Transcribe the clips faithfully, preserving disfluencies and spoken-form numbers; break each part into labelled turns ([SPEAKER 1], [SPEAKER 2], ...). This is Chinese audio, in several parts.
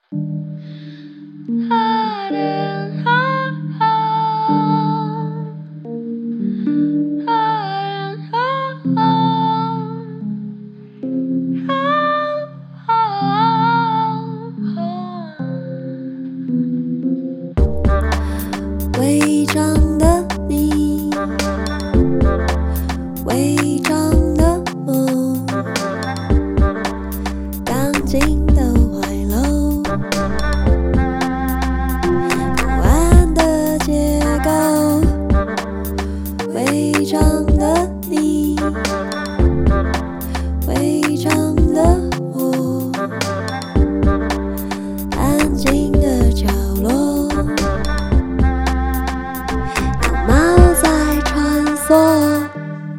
[SPEAKER 1] 伪装的你，伪装的我，钢筋的怀楼，不安的结构，伪装的你，伪装的我，安静的角落，有猫在穿梭。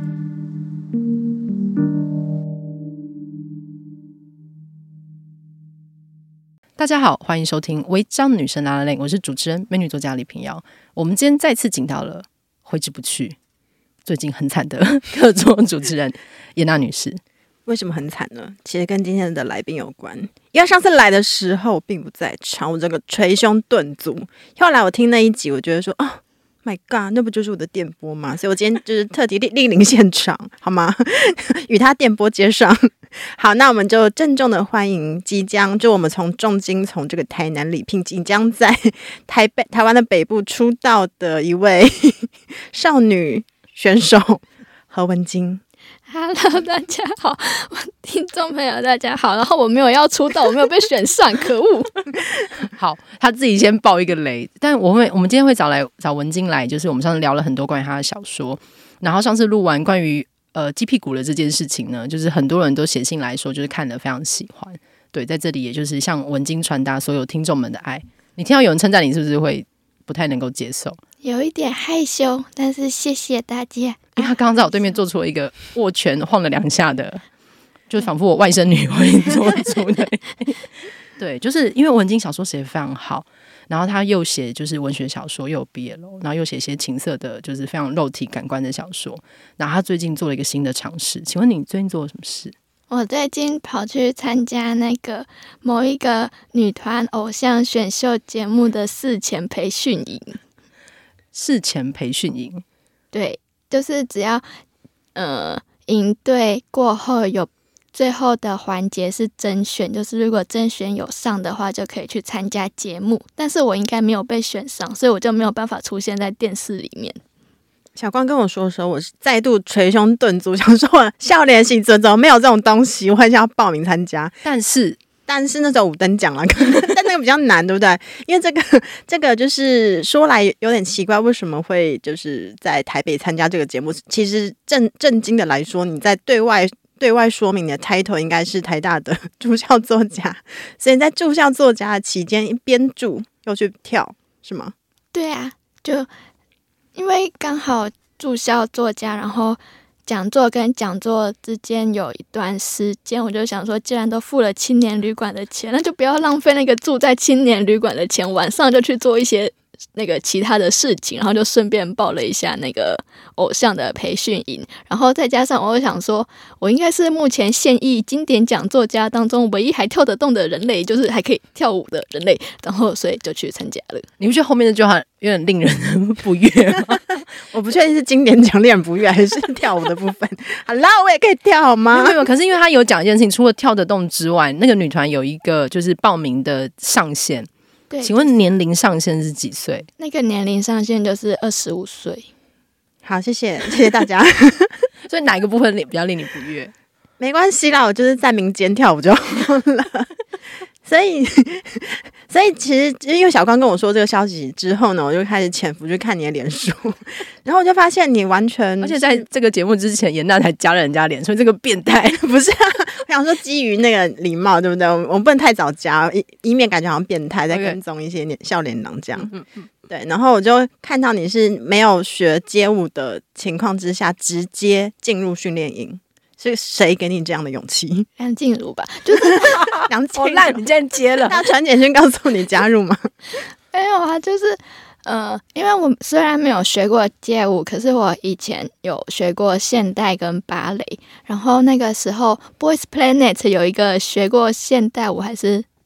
[SPEAKER 2] 大家好，欢迎收听《违章女生拉拉链》，我是主持人美女作家李平遥。我们今天再次请到了挥之不去、最近很惨的客座主持人严娜女士。
[SPEAKER 3] 为什么很惨呢？其实跟今天的来宾有关。因为上次来的时候我并不在场，我这个捶胸顿足。后来我听那一集，我觉得说哦 ，My God， 那不就是我的电波吗？所以我今天就是特地莅临现场，好吗？与他电波接上。好，那我们就郑重的欢迎即将就我们从重金从这个台南礼聘即将在台北台湾的北部出道的一位少女选手何文晶。
[SPEAKER 4] Hello， 大家好，听众朋友大家好。然后我没有要出道，我没有被选上，可恶！
[SPEAKER 2] 好，他自己先爆一个雷，但我会我们今天会找来找文晶来，就是我们上次聊了很多关于他的小说，然后上次录完关于呃鸡屁股的这件事情呢，就是很多人都写信来说，就是看得非常喜欢。对，在这里也就是向文晶传达所有听众们的爱。你听到有人称赞你，是不是会不太能够接受？
[SPEAKER 4] 有一点害羞，但是谢谢大家。
[SPEAKER 2] 因为他刚刚在我对面做出了一个握拳晃了两下的，就仿佛我外甥女会做出的。对，就是因为文晶小说写得非常好，然后他又写就是文学小说，又有 B L， 然后又写一些情色的，就是非常肉体感官的小说。然后他最近做了一个新的尝试，请问你最近做了什么事？
[SPEAKER 4] 我最近跑去参加那个某一个女团偶像选秀节目的事前培训营。
[SPEAKER 2] 事前培训营，
[SPEAKER 4] 对，就是只要呃营队过后有最后的环节是甄选，就是如果甄选有上的话，就可以去参加节目。但是我应该没有被选上，所以我就没有办法出现在电视里面。
[SPEAKER 3] 小光跟我说的时候，我是再度捶胸顿足，想说我少年行怎么没有这种东西，我很想要报名参加。
[SPEAKER 2] 但是
[SPEAKER 3] 但是那时候五等奖了，但那个比较难，对不对？因为这个这个就是说来有点奇怪，为什么会就是在台北参加这个节目？其实正正经的来说，你在对外对外说明你的 title 应该是台大的驻校作家，所以你在驻校作家的期间一边住又去跳，是吗？
[SPEAKER 4] 对啊，就因为刚好驻校作家，然后讲座跟讲座之间有一段时间，我就想说，既然都付了青年旅馆的钱，那就不要浪费那个住在青年旅馆的钱，晚上就去做一些那个其他的事情，然后就顺便报了一下那个偶像的培训营，然后再加上我就想说，我应该是目前现役经典讲座家当中唯一还跳得动的人类，就是还可以跳舞的人类，然后所以就去参加了。
[SPEAKER 2] 你不觉得后面那句话有点令人不悦吗？
[SPEAKER 3] 我不确定是经典讲令人不悦还是跳舞的部分。好啦，我也可以跳好吗？
[SPEAKER 2] 没有，可是因为他有讲一件事情，除了跳得动之外，那个女团有一个就是报名的上限。
[SPEAKER 4] 对，
[SPEAKER 2] 请问年龄上限是几岁？
[SPEAKER 4] 那个年龄上限就是二十五岁。
[SPEAKER 3] 好，谢谢，谢谢大家。
[SPEAKER 2] 所以哪一个部分比较令你不悦？
[SPEAKER 3] 没关系啦，我就是在民间跳舞就好了。所以，所以其实因为小光跟我说这个消息之后呢，我就开始潜伏去看你的脸书，然后我就发现你完全，
[SPEAKER 2] 而且在这个节目之前，严娜才加了人家脸，所以这个变态
[SPEAKER 3] 不是、啊？我想说基于那个礼貌，对不对？我们不能太早加，以以免感觉好像变态在跟踪一些笑脸郎这样。嗯嗯对，然后我就看到你是没有学街舞的情况之下，直接进入训练营。是谁给你这样的勇气？
[SPEAKER 4] 梁静茹吧，就是
[SPEAKER 3] 梁静茹。
[SPEAKER 2] 好烂，你竟然接了？
[SPEAKER 3] 他传简讯告诉你加入吗？
[SPEAKER 4] 没有啊，就是呃，因为我虽然没有学过街舞，可是我以前有学过现代跟芭蕾。然后那个时候 ，Boys Planet 有一个学过现代舞还是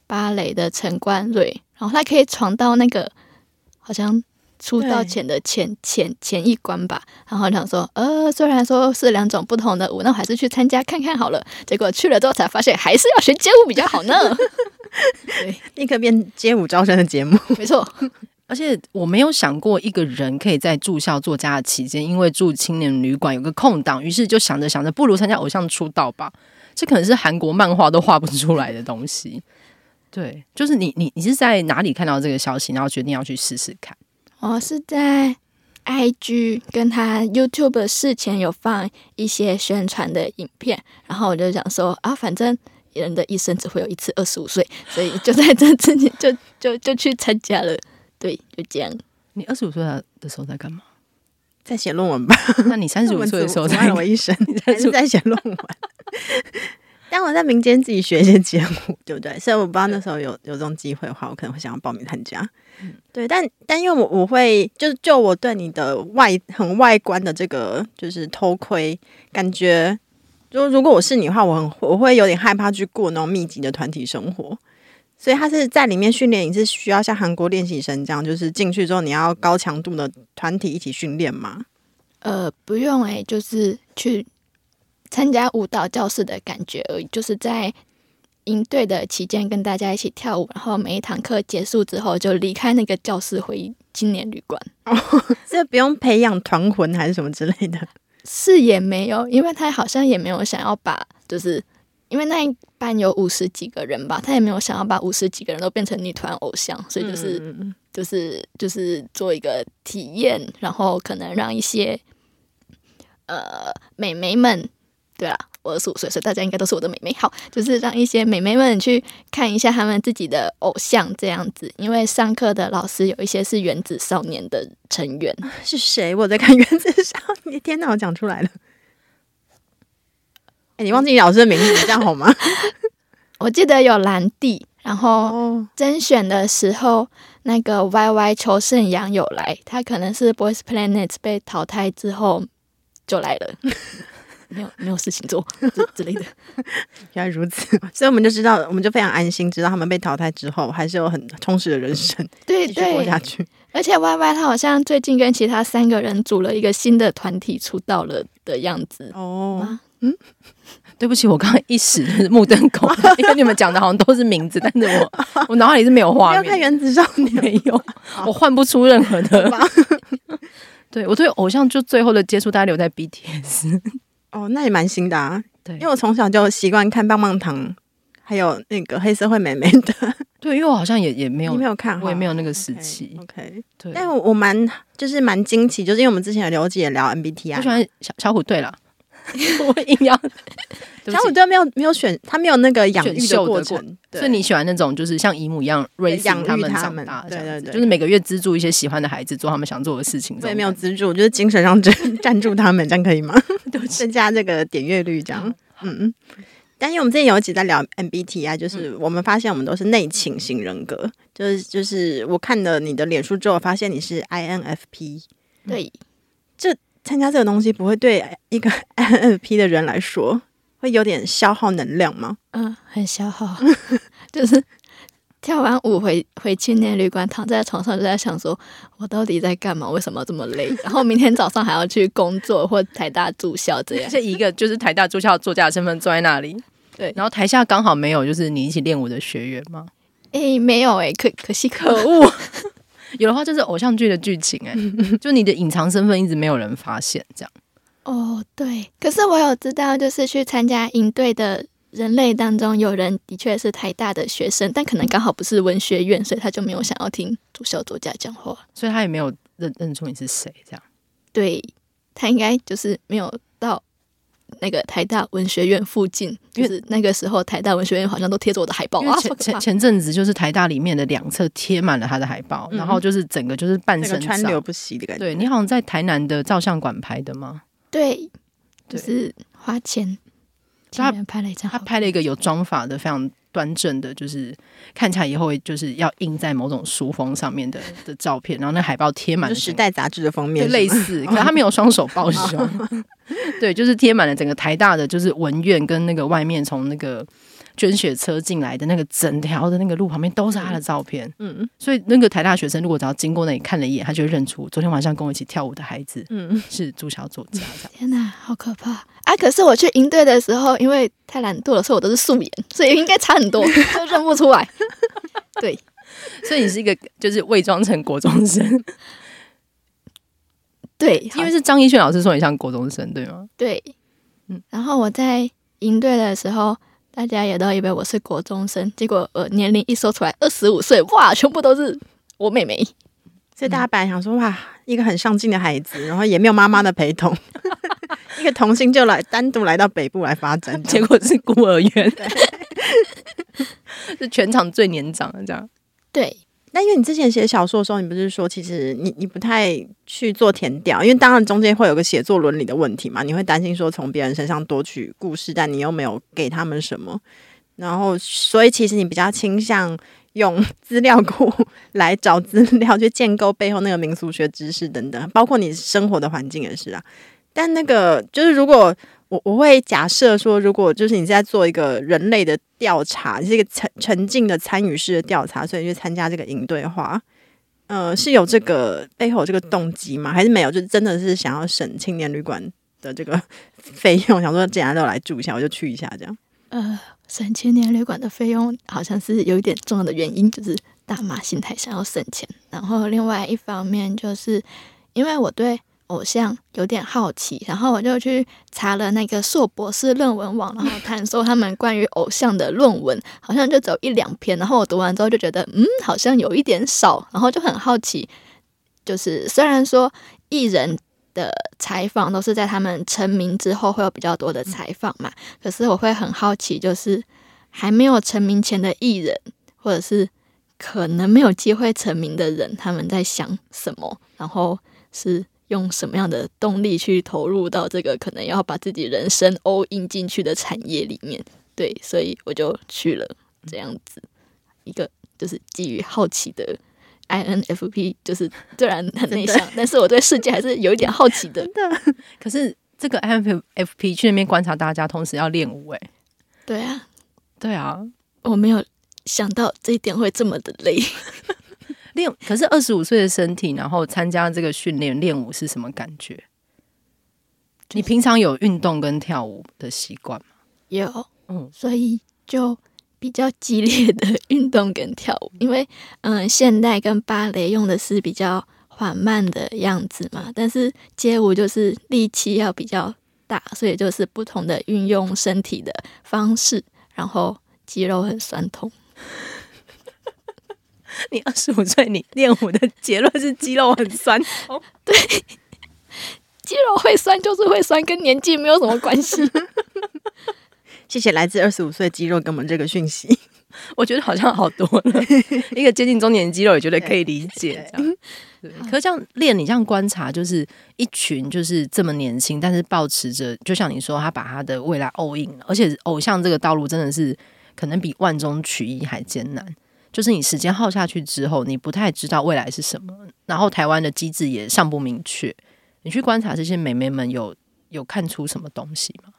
[SPEAKER 4] 芭蕾的陈冠瑞，然后他可以闯到那个好像出道前的前前前一关吧，然后想说，呃，虽然说是两种不同的舞，那我还是去参加看看好了。结果去了之后才发现，还是要学街舞比较好呢。对，
[SPEAKER 3] 立刻变街舞招生的节目，
[SPEAKER 4] 没错。
[SPEAKER 2] 而且我没有想过一个人可以在住校作家的期间，因为住青年旅馆有个空档，于是就想着想着，不如参加偶像出道吧。这可能是韩国漫画都画不出来的东西。对，就是你你你是在哪里看到这个消息，然后决定要去试试看？
[SPEAKER 4] 我是在 I G 跟他 YouTube 事前有放一些宣传的影片，然后我就想说啊，反正人的一生只会有一次二十五岁，所以就在这之前就就就去参加了。对，就这样。
[SPEAKER 2] 你二十五岁的时候在干嘛？
[SPEAKER 3] 在写论文吧。
[SPEAKER 2] 那你三十五岁的时候在
[SPEAKER 3] 干嘛？我一生还是在写论文。但我在民间自己学一些街舞，对不对？所以我不知道那时候有有这种机会的话，我可能会想要报名参加。嗯、对，但但因为我我会就是就我对你的外很外观的这个就是偷窥感觉，就如果我是你的话，我很我会有点害怕去过那种密集的团体生活。所以他是在里面训练，你是需要像韩国练习生这样，就是进去之后你要高强度的团体一起训练吗？
[SPEAKER 4] 呃，不用诶、欸，就是去参加舞蹈教室的感觉而已，就是在营队的期间跟大家一起跳舞，然后每一堂课结束之后就离开那个教室回青年旅馆。
[SPEAKER 3] 哦，这不用培养团魂还是什么之类的？
[SPEAKER 4] 是也没有，因为他好像也没有想要把，就是因为那一班有五十几个人吧，他也没有想要把五十几个人都变成女团偶像，所以就是、嗯、就是就是做一个体验，然后可能让一些呃美眉们，对啦，我二十五岁，所以大家应该都是我的妹妹。好，就是让一些妹妹们去看一下他们自己的偶像这样子。因为上课的老师有一些是原子少年的成员。
[SPEAKER 3] 是谁？我在看原子少年。天哪，我讲出来了。哎、欸，你忘记你老师的名字，这样好吗？
[SPEAKER 4] 我记得有兰弟，然后甄选的时候，那个 Y Y 邱胜阳有来，他可能是 Boys Planet 被淘汰之后就来了。没有没有事情做之类的，
[SPEAKER 3] 原来如此，所以我们就知道，我们就非常安心，知道他们被淘汰之后，还是有很充实的人生，
[SPEAKER 4] 对
[SPEAKER 3] 对，继续过下去。
[SPEAKER 4] 而且 Y Y 他好像最近跟其他三个人组了一个新的团体出道了的样子。
[SPEAKER 3] 哦，嗯，
[SPEAKER 2] 对不起，我刚刚一时就是目瞪口呆，因为你们讲的好像都是名字，但是我我脑海里是没有画面。
[SPEAKER 3] 不要看原子少年，
[SPEAKER 2] 没有，我换不出任何的。对，我对偶像就最后的接触大概留在 B T S。
[SPEAKER 3] 哦，那也蛮新的啊。
[SPEAKER 2] 对，
[SPEAKER 3] 因为我从小就习惯看棒棒糖，还有那个黑社会美眉的。
[SPEAKER 2] 对，因为我好像也也没有，
[SPEAKER 3] 你没有看，
[SPEAKER 2] 我也没有那个时期。
[SPEAKER 3] OK，, okay
[SPEAKER 2] 对。
[SPEAKER 3] 但我我蛮就是蛮惊奇，就是因为我们之前有刘姐聊 M B T I，
[SPEAKER 2] 我喜欢小小虎队啦。我硬要
[SPEAKER 3] 小虎队没有没有选，他没有那个养育的过程，
[SPEAKER 2] 所以你喜欢那种就是像姨母一样 raising 他们长大，对对对，就是每个月资助一些喜欢的孩子做他们想做的事情。
[SPEAKER 3] 对，没有资助，就是精神上赞助他们，这样可以吗？增加这个点阅率，这样。嗯嗯。但因为我们之前有一集在聊 M B T I， 就是我们发现我们都是内倾型人格，就是就是我看了你的脸书之后，发现你是 I N F P。
[SPEAKER 4] 对，
[SPEAKER 3] 这参加这个东西不会对一个 I N F P 的人来说会有点消耗能量吗？
[SPEAKER 4] 嗯，很消耗，就是跳完舞回回青年旅馆，躺在床上就在想说，我到底在干嘛？为什么要这么累？然后明天早上还要去工作或台大住校这样。
[SPEAKER 2] 这一个就是台大住校作家的身份坐在那里，对，然后台下刚好没有就是你一起练舞的学员吗？
[SPEAKER 4] 哎、欸，没有哎、欸，可可惜可
[SPEAKER 2] 恶。有的话就是偶像剧的剧情哎、欸，就你的隐藏身份一直没有人发现这样。
[SPEAKER 4] 哦，对，可是我有知道，就是去参加营队的人类当中，有人的确是台大的学生，但可能刚好不是文学院，所以他就没有想要听主校作家讲话，
[SPEAKER 2] 所以他也没有认认出你是谁这样。
[SPEAKER 4] 对，他应该就是没有到那个台大文学院附近，就是那个时候台大文学院好像都贴着我的海报啊。
[SPEAKER 2] 前前前阵子就是台大里面的两侧贴满了他的海报、嗯，然后就是整个就是半身照、
[SPEAKER 3] 那个、川流不息的感觉。
[SPEAKER 2] 对，你好像在台南的照相馆拍的吗？
[SPEAKER 4] 对，就是花钱请人拍了一张，
[SPEAKER 2] 他拍了一个有妆法的非常端正的，就是看起来以后就是要印在某种书封上面的的照片，然后那海报贴满了
[SPEAKER 3] 时代杂志的封面，
[SPEAKER 2] 类似，可是他没有双手抱胸，对，就是贴满了整个台大的，就是文院跟那个外面从那个捐血车进来的那个整条的那个路旁边都是他的照片。
[SPEAKER 3] 嗯，
[SPEAKER 2] 所以那个台大学生如果只要经过那里看了一眼，他就会认出昨天晚上跟我一起跳舞的孩子，嗯，是朱小作家。
[SPEAKER 4] 天哪，好可怕啊！可是我去营队的时候，因为太懒惰了，所以我都是素颜，所以应该差很多，就认不出来。对，
[SPEAKER 2] 所以你是一个就是伪装成国中生。
[SPEAKER 4] 对，
[SPEAKER 2] 因为是张一轩老师说你像国中生，对吗？
[SPEAKER 4] 对，嗯。然后我在营队的时候，大家也都以为我是国中生，结果我年龄一说出来，二十五岁，哇，全部都是我妹妹。
[SPEAKER 3] 所以大家本来想说，哇，一个很上进的孩子，然后也没有妈妈的陪同，一个童星就来单独来到北部来发展，
[SPEAKER 2] 结果是孤儿院，是全场最年长的这样。
[SPEAKER 4] 对。
[SPEAKER 3] 那因为你之前写小说的时候，你不是说其实你你不太去做填调，因为当然中间会有个写作伦理的问题嘛，你会担心说从别人身上夺取故事，但你又没有给他们什么，然后所以其实你比较倾向用资料库来找资料，去建构背后那个民俗学知识等等，包括你生活的环境也是啊。但那个就是如果我我会假设说，如果就是你在做一个人类的调查，是一个沉沉浸的参与式的调查，所以去参加这个营队的话，呃，是有这个背后有这个动机吗？还是没有？就是真的是想要省青年旅馆的这个费用，想说既然都来住一下，我就去一下这样。
[SPEAKER 4] 呃，省青年旅馆的费用好像是有一点重要的原因，就是大妈心态想要省钱。然后另外一方面就是因为我对偶像有点好奇，然后我就去查了那个硕博士论文网，然后看说他们关于偶像的论文好像就只有一两篇，然后我读完之后就觉得嗯好像有一点少，然后就很好奇，就是虽然说艺人的采访都是在他们成名之后会有比较多的采访嘛，可是我会很好奇，就是还没有成名前的艺人，或者是可能没有机会成名的人，他们在想什么，然后是用什么样的动力去投入到这个可能要把自己人生 all in 进去的产业里面。对，所以我就去了这样子一个就是基于好奇的 I N F P， 就是虽然很内向，但是我对世界还是有一点好奇的。
[SPEAKER 3] 真的，
[SPEAKER 2] 可是这个 I N F P 去那边观察大家，同时要练舞，哎，
[SPEAKER 4] 对啊，
[SPEAKER 2] 对啊，
[SPEAKER 4] 我没有想到这一点会这么的累。
[SPEAKER 2] 练，可是二十五岁的身体，然后参加这个训练练舞是什么感觉？就是、你平常有运动跟跳舞的习惯吗？
[SPEAKER 4] 有，嗯，所以就比较激烈的运动跟跳舞，因为嗯，现代跟芭蕾用的是比较缓慢的样子嘛，但是街舞就是力气要比较大，所以就是不同的运用身体的方式，然后肌肉很酸痛。
[SPEAKER 2] 你二十五岁，你练舞的结论是肌肉很酸痛？
[SPEAKER 4] 对，肌肉会酸就是会酸，跟年纪没有什么关系。
[SPEAKER 3] 谢谢来自二十五岁肌肉给我们这个讯息，
[SPEAKER 2] 我觉得好像好多了。一个接近中年的肌肉也觉得可以理解这样。对，可是这样练，你这样观察，就是一群就是这么年轻，但是抱持着，就像你说，他把他的未来 all in， 而且偶像这个道路真的是可能比万中取一还艰难。就是你时间耗下去之后，你不太知道未来是什么，然后台湾的机制也尚不明确。你去观察这些妹妹们有，有有看出什么东西吗？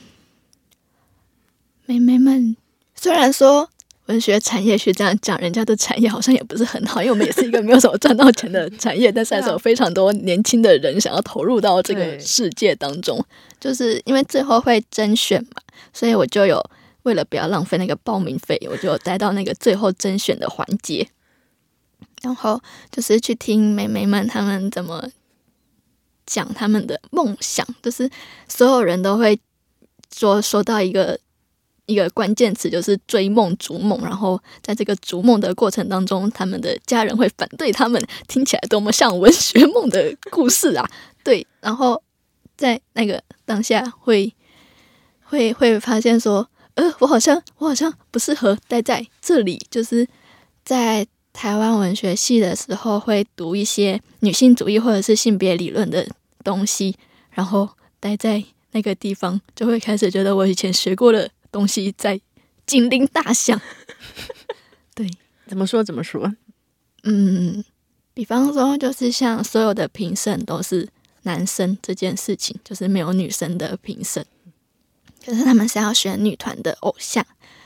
[SPEAKER 4] 妹妹们虽然说文学产业学这样讲，人家的产业好像也不是很好，因为我们也是一个没有什么赚到钱的产业，但是还是有非常多年轻的人想要投入到这个世界当中。就是因为最后会甄选嘛，所以我就有为了不要浪费那个报名费，我就待到那个最后甄选的环节，然后就是去听妹妹们他们怎么讲他们的梦想，就是所有人都会说说到一个一个关键词，就是追梦逐梦，然后在这个逐梦的过程当中，他们的家人会反对他们，听起来多么像文学梦的故事啊！对，然后在那个当下会会会发现说，呃，我好像我好像不适合待在这里。就是在台湾文学系的时候，会读一些女性主义或者是性别理论的东西，然后待在那个地方，就会开始觉得我以前学过的东西在警铃大响。对，
[SPEAKER 3] 怎么说怎么说？
[SPEAKER 4] 嗯，比方说，就是像所有的评审都是男生这件事情，就是没有女生的评审。可是他们是要选女团的偶像，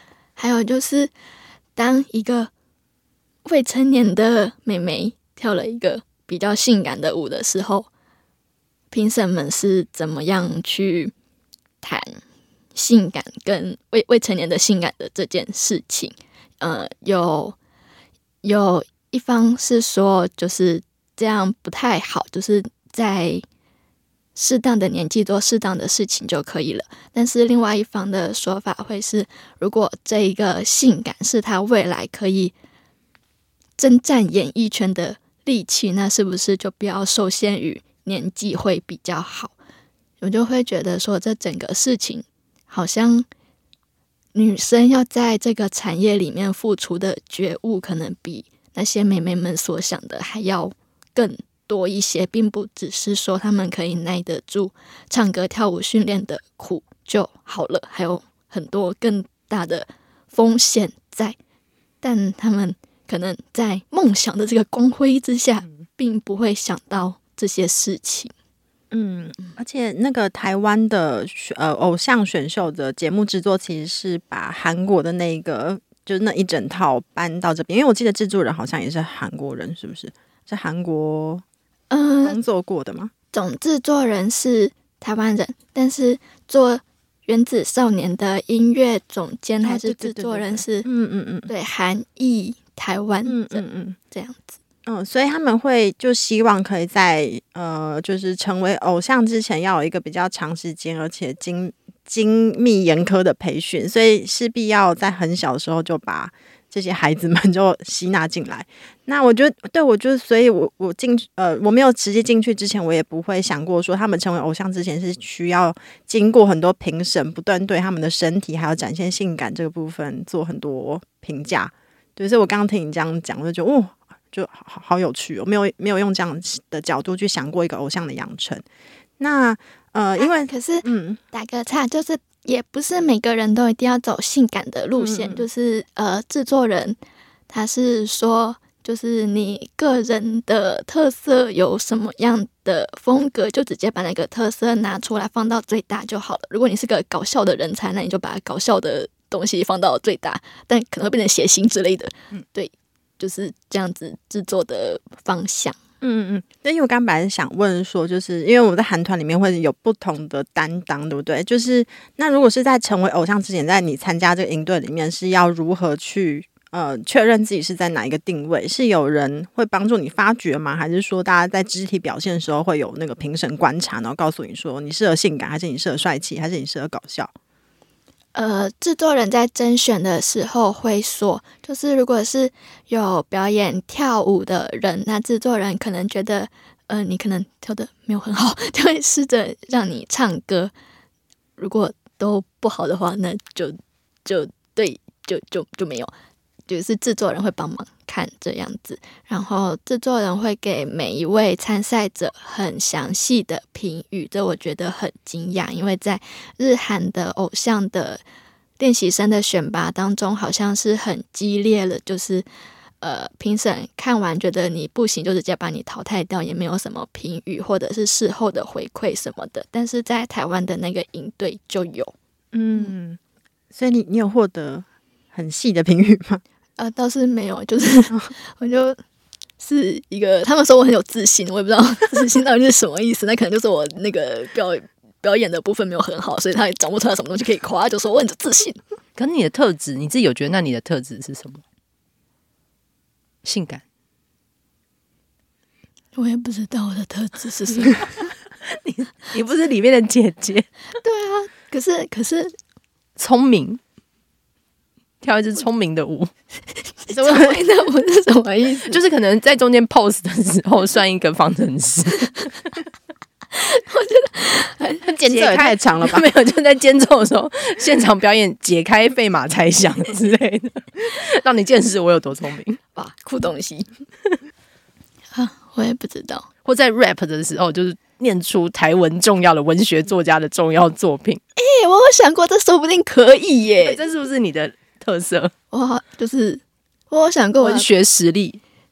[SPEAKER 4] 还有就是当一个未成年的妹妹跳了一个比较性感的舞的时候，评审们是怎么样去谈性感跟未未成年的性感的这件事情？呃，有有一方是说，就是这样不太好，就是在适当的年纪做适当的事情就可以了。但是另外一方的说法会是，如果这一个性感是他未来可以征战演艺圈的利器，那是不是就不要受限于年纪会比较好？我就会觉得说，这整个事情好像女生要在这个产业里面付出的觉悟，可能比那些妹妹们所想的还要更多一些，并不只是说她们可以耐得住唱歌跳舞训练的苦就好了，还有很多更大的风险在，但她们可能在梦想的这个光辉之下，并不会想到这些事情。
[SPEAKER 3] 嗯，而且那个台湾的呃偶像选秀的节目制作，其实是把韩国的那个就是那一整套搬到这边，因为我记得制作人好像也是韩国人，是不是？是韩国工作过的吗？
[SPEAKER 4] 呃、总制作人是台湾人，但是做原子少年的音乐总监还是制作人是
[SPEAKER 3] 嗯嗯嗯，
[SPEAKER 4] 对韩裔台湾人，
[SPEAKER 3] 嗯嗯
[SPEAKER 4] 这样子。
[SPEAKER 3] 嗯，所以他们会就希望可以在呃，就是成为偶像之前要有一个比较长时间而且精精密严苛的培训，所以势必要在很小的时候就把这些孩子们就吸纳进来。那我觉得，对我就所以我我进呃我没有直接进去之前，我也不会想过说他们成为偶像之前是需要经过很多评审，不断对他们的身体还有展现性感这个部分做很多评价。对，所以我刚刚听你这样讲，我就觉得哦。就好好有趣哦，没有没有用这样的角度去想过一个偶像的养成。那呃，因为、
[SPEAKER 4] 啊、可是
[SPEAKER 3] 嗯，
[SPEAKER 4] 打个岔，就是也不是每个人都一定要走性感的路线，嗯、就是呃，制作人他是说，就是你个人的特色有什么样的风格，就直接把那个特色拿出来放到最大就好了。如果你是个搞笑的人才，那你就把搞笑的东西放到最大，但可能会变成谐星之类的。嗯，对。就是这样子制作的方向。
[SPEAKER 3] 嗯嗯，那因为我刚本来想问说，就是因为我们在韩团里面会有不同的担当，对不对？就是那如果是在成为偶像之前，在你参加这个营队里面，是要如何去呃确认自己是在哪一个定位？是有人会帮助你发掘吗？还是说大家在肢体表现的时候会有那个评审观察，然后告诉你说你适合性感，还是你适合帅气，还是你适合搞笑？
[SPEAKER 4] 呃，制作人在甄选的时候会说，就是如果是有表演跳舞的人，那制作人可能觉得，呃，你可能跳的没有很好，就会试着让你唱歌。如果都不好的话，那就就对，就就就没有。就是制作人会帮忙看这样子，然后制作人会给每一位参赛者很详细的评语，这我觉得很惊讶，因为在日韩的偶像的练习生的选拔当中，好像是很激烈的，就是呃评审看完觉得你不行，就直接把你淘汰掉，也没有什么评语或者是事后的回馈什么的。但是在台湾的那个营队就有，
[SPEAKER 3] 嗯，所以你你有获得很细的评语吗？
[SPEAKER 4] 呃，倒是没有，就是我就是一个，他们说我很有自信，我也不知道自信到底是什么意思。那可能就是我那个表表演的部分没有很好，所以他也找不出来什么东西可以夸，就说我很有自信。
[SPEAKER 2] 可是你的特质，你自己有觉得那你的特质是什么？性感？
[SPEAKER 4] 我也不知道我的特质是什么。
[SPEAKER 2] 你你不是里面的姐姐？对
[SPEAKER 4] 啊，可是可是
[SPEAKER 2] 聪明。跳一支聪明的舞，
[SPEAKER 4] 聪明的舞是什么意思？
[SPEAKER 2] 就是可能在中间 pose 的时候算一个方程式。
[SPEAKER 3] 我觉得间奏也太长了吧？
[SPEAKER 2] 没有，就在间奏的时候，现场表演解开费马猜想之类的，让你见识我有多聪明。
[SPEAKER 4] 哇，酷东西啊！我也不知道。
[SPEAKER 2] 或在 rap 的时候，就是念出台文重要的文学作家的重要作品。
[SPEAKER 4] 哎、欸，我有想过，这说不定可以耶。
[SPEAKER 2] 这是不是你的特色？
[SPEAKER 4] 我就是我有想过
[SPEAKER 2] 文学实力，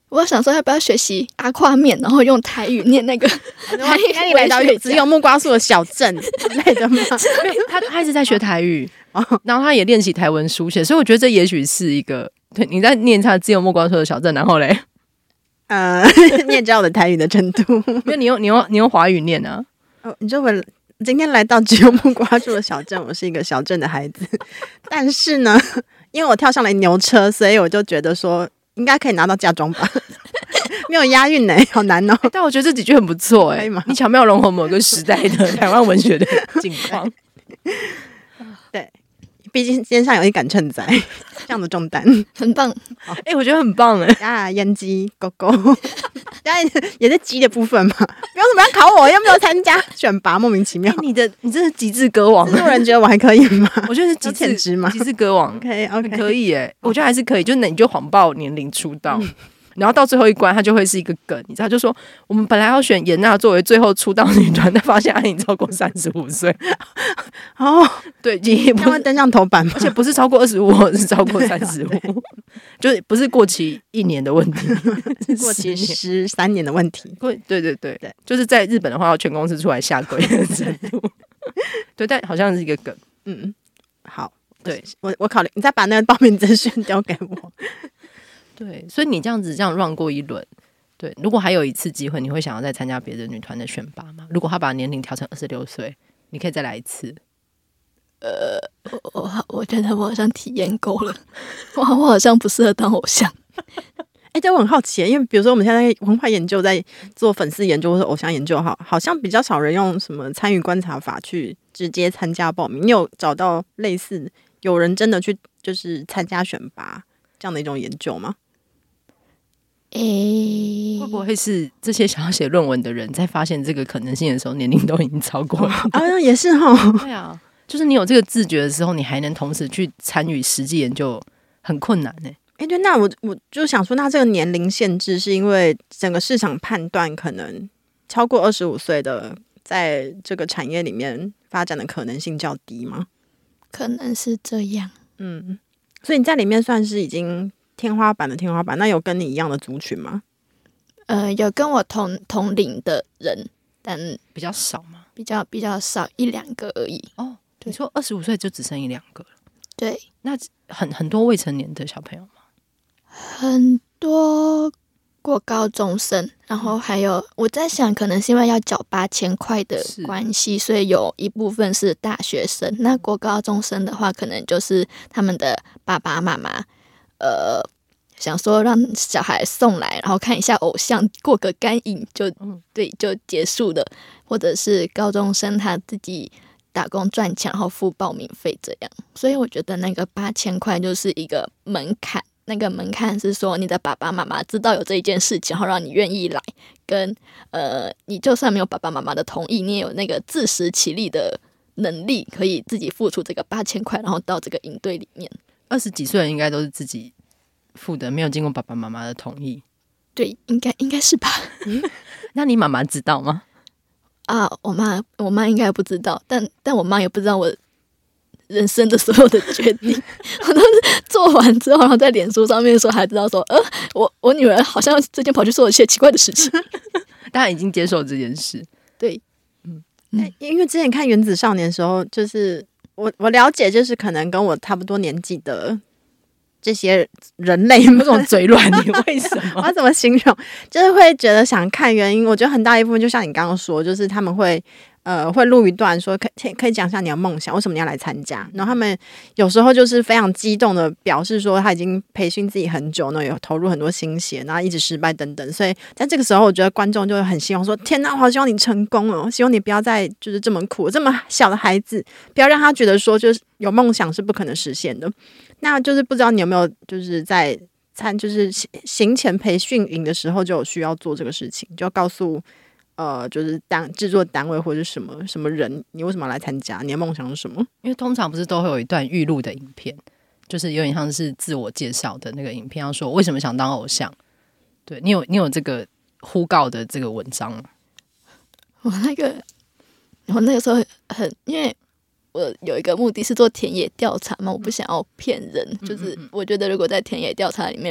[SPEAKER 4] 我想说要不要学习阿跨面，然后用台语念那个台语。
[SPEAKER 3] 那你来到一个只有木瓜树的小镇之类的吗？
[SPEAKER 2] 他他一直在学台语，然后他也练习台文书写，所以我觉得这也许是一个对你在念他只有木瓜树的小镇，然后嘞，
[SPEAKER 3] 呃，念知道我的台语的程度，
[SPEAKER 2] 因为你用你用你用华语念啊。
[SPEAKER 3] 哦，你就我今天来到只有木瓜树的小镇，我是一个小镇的孩子，但是呢，因为我跳上了牛车，所以我就觉得说应该可以拿到嫁妆吧。没有押韵呢，好难哦。
[SPEAKER 2] 但我觉得这几句很不错哎，你巧妙融合某个时代的台湾文学的境况。
[SPEAKER 3] 对，毕竟肩上有一杆秤仔，这样的重担，
[SPEAKER 4] 很棒。
[SPEAKER 2] 哎、欸，我觉得很棒哎。
[SPEAKER 3] 呀，烟鸡狗狗，当然也是鸡的部分嘛。不用什么要考我，又没有参加选拔，莫名其妙。
[SPEAKER 2] 欸、你的你真是极致歌王，
[SPEAKER 3] 制作人觉得我还可以吗？
[SPEAKER 2] 我觉得是极致
[SPEAKER 3] 值吗？
[SPEAKER 2] 极致歌王
[SPEAKER 3] ，OK OK，
[SPEAKER 2] 可以哎，我觉得还是可以。就你就谎报年龄出道。嗯，然后到最后一关，它就会是一个梗，你知道，就说我们本来要选严娜作为最后出道女团，但发现她已经超过三十五岁。
[SPEAKER 3] 哦，
[SPEAKER 2] 对，也不
[SPEAKER 3] 会登上头版，
[SPEAKER 2] 而且不是超过二十五，是超过三十五，就是不是过期一年的问题，
[SPEAKER 3] 是过期十三年的问题。
[SPEAKER 2] 对对对对对，就是在日本的话，要全公司出来下跪的程度。对，但好像是一个梗。
[SPEAKER 3] 嗯，好，
[SPEAKER 2] 对
[SPEAKER 3] 我我考虑，你再把那个报名资讯丢给我。
[SPEAKER 2] 对，所以你这样子这样 run 过一轮，对，如果还有一次机会，你会想要再参加别的女团的选拔吗？如果他把年龄调成二十六岁，你可以再来一次。
[SPEAKER 4] 呃，我我我觉得我好像体验够了，我我好像不适合当偶像。
[SPEAKER 3] 哎、欸，这我很好奇，因为比如说我们现在文化研究在做粉丝研究或者偶像研究，好，好像比较少人用什么参与观察法去直接参加报名。你有找到类似有人真的去就是参加选拔这样的一种研究吗？
[SPEAKER 4] 诶、欸，
[SPEAKER 2] 会不会是这些想要写论文的人在发现这个可能性的时候，年龄都已经超过了？
[SPEAKER 3] 好像也是哈。
[SPEAKER 2] 对啊，就是你有这个自觉的时候，你还能同时去参与实际研究，很困难呢、欸。
[SPEAKER 3] 哎、欸，对，那我我就想说，那这个年龄限制是因为整个市场判断可能超过二十五岁的，在这个产业里面发展的可能性较低吗？
[SPEAKER 4] 可能是这样。
[SPEAKER 3] 嗯，所以你在里面算是已经天花板的天花板。那有跟你一样的族群吗？
[SPEAKER 4] 呃，有跟我同同龄的人，但
[SPEAKER 2] 比较少嘛，
[SPEAKER 4] 比较比较少，一两个而已。
[SPEAKER 2] 哦，你说二十五岁就只剩一两个了？
[SPEAKER 4] 对，
[SPEAKER 2] 那很很多未成年的小朋友吗？
[SPEAKER 4] 很多过高中生，然后还有我在想，可能是因为要缴八千块的关系，所以有一部分是大学生。那过高中生的话，可能就是他们的爸爸妈妈，呃，想说让小孩送来，然后看一下偶像，过个干瘾就对就结束了，或者是高中生他自己打工赚钱，然后付报名费这样。所以我觉得那个八千块就是一个门槛。那个门槛是说，你的爸爸妈妈知道有这一件事情，然后让你愿意来，跟呃，你就算没有爸爸妈妈的同意，你也有那个自食其力的能力，可以自己付出这个八千块，然后到这个营队里面。
[SPEAKER 2] 二十几岁的人应该都是自己付的，没有经过爸爸妈妈的同意。
[SPEAKER 4] 对，应该应该是吧？
[SPEAKER 2] 嗯，那你妈妈知道吗？
[SPEAKER 4] 啊，我妈我妈应该不知道，但但我妈也不知道我人生的所有的决定，我都是做完之后，然后在脸书上面说，还知道说，呃，我我女儿好像最近跑去做了一些奇怪的事情，
[SPEAKER 2] 大家已经接受这件事。
[SPEAKER 4] 对，
[SPEAKER 3] 嗯，嗯因为之前看《原子少年》的时候，就是我我了解，就是可能跟我差不多年纪的这些人类，
[SPEAKER 2] 那种嘴软，你为什么？
[SPEAKER 3] 我要怎么形容？就是会觉得想看原因，我觉得很大一部分就像你刚刚说，就是他们会。呃，会录一段说可以可以讲一下你的梦想，为什么你要来参加？然后他们有时候就是非常激动的表示说他已经培训自己很久呢，有投入很多心血，然后一直失败等等。所以在这个时候，我觉得观众就会很希望说：天哪，我好希望你成功哦！希望你不要再就是这么苦，这么小的孩子，不要让他觉得说就是有梦想是不可能实现的。那就是不知道你有没有就是在参就是行前培训营的时候就有需要做这个事情，就要告诉。呃，就是单制作单位或者什么什么人，你为什么要来参加？你的梦想是什么？
[SPEAKER 2] 因为通常不是都会有一段预录的影片，就是有点像是自我介绍的那个影片，要说为什么想当偶像。对，你有你有这个呼告的这个文章吗？
[SPEAKER 4] 我那个我那个时候很，因为我有一个目的是做田野调查嘛，我不想要骗人，就是我觉得如果在田野调查里面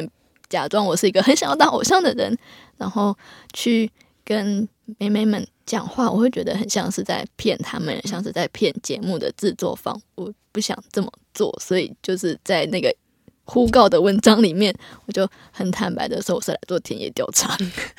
[SPEAKER 4] 假装我是一个很想要当偶像的人，然后去跟妹妹们讲话，我会觉得很像是在骗他们，像是在骗节目的制作方。我不想这么做，所以就是在那个呼告的文章里面，我就很坦白的说我是来做田野调查。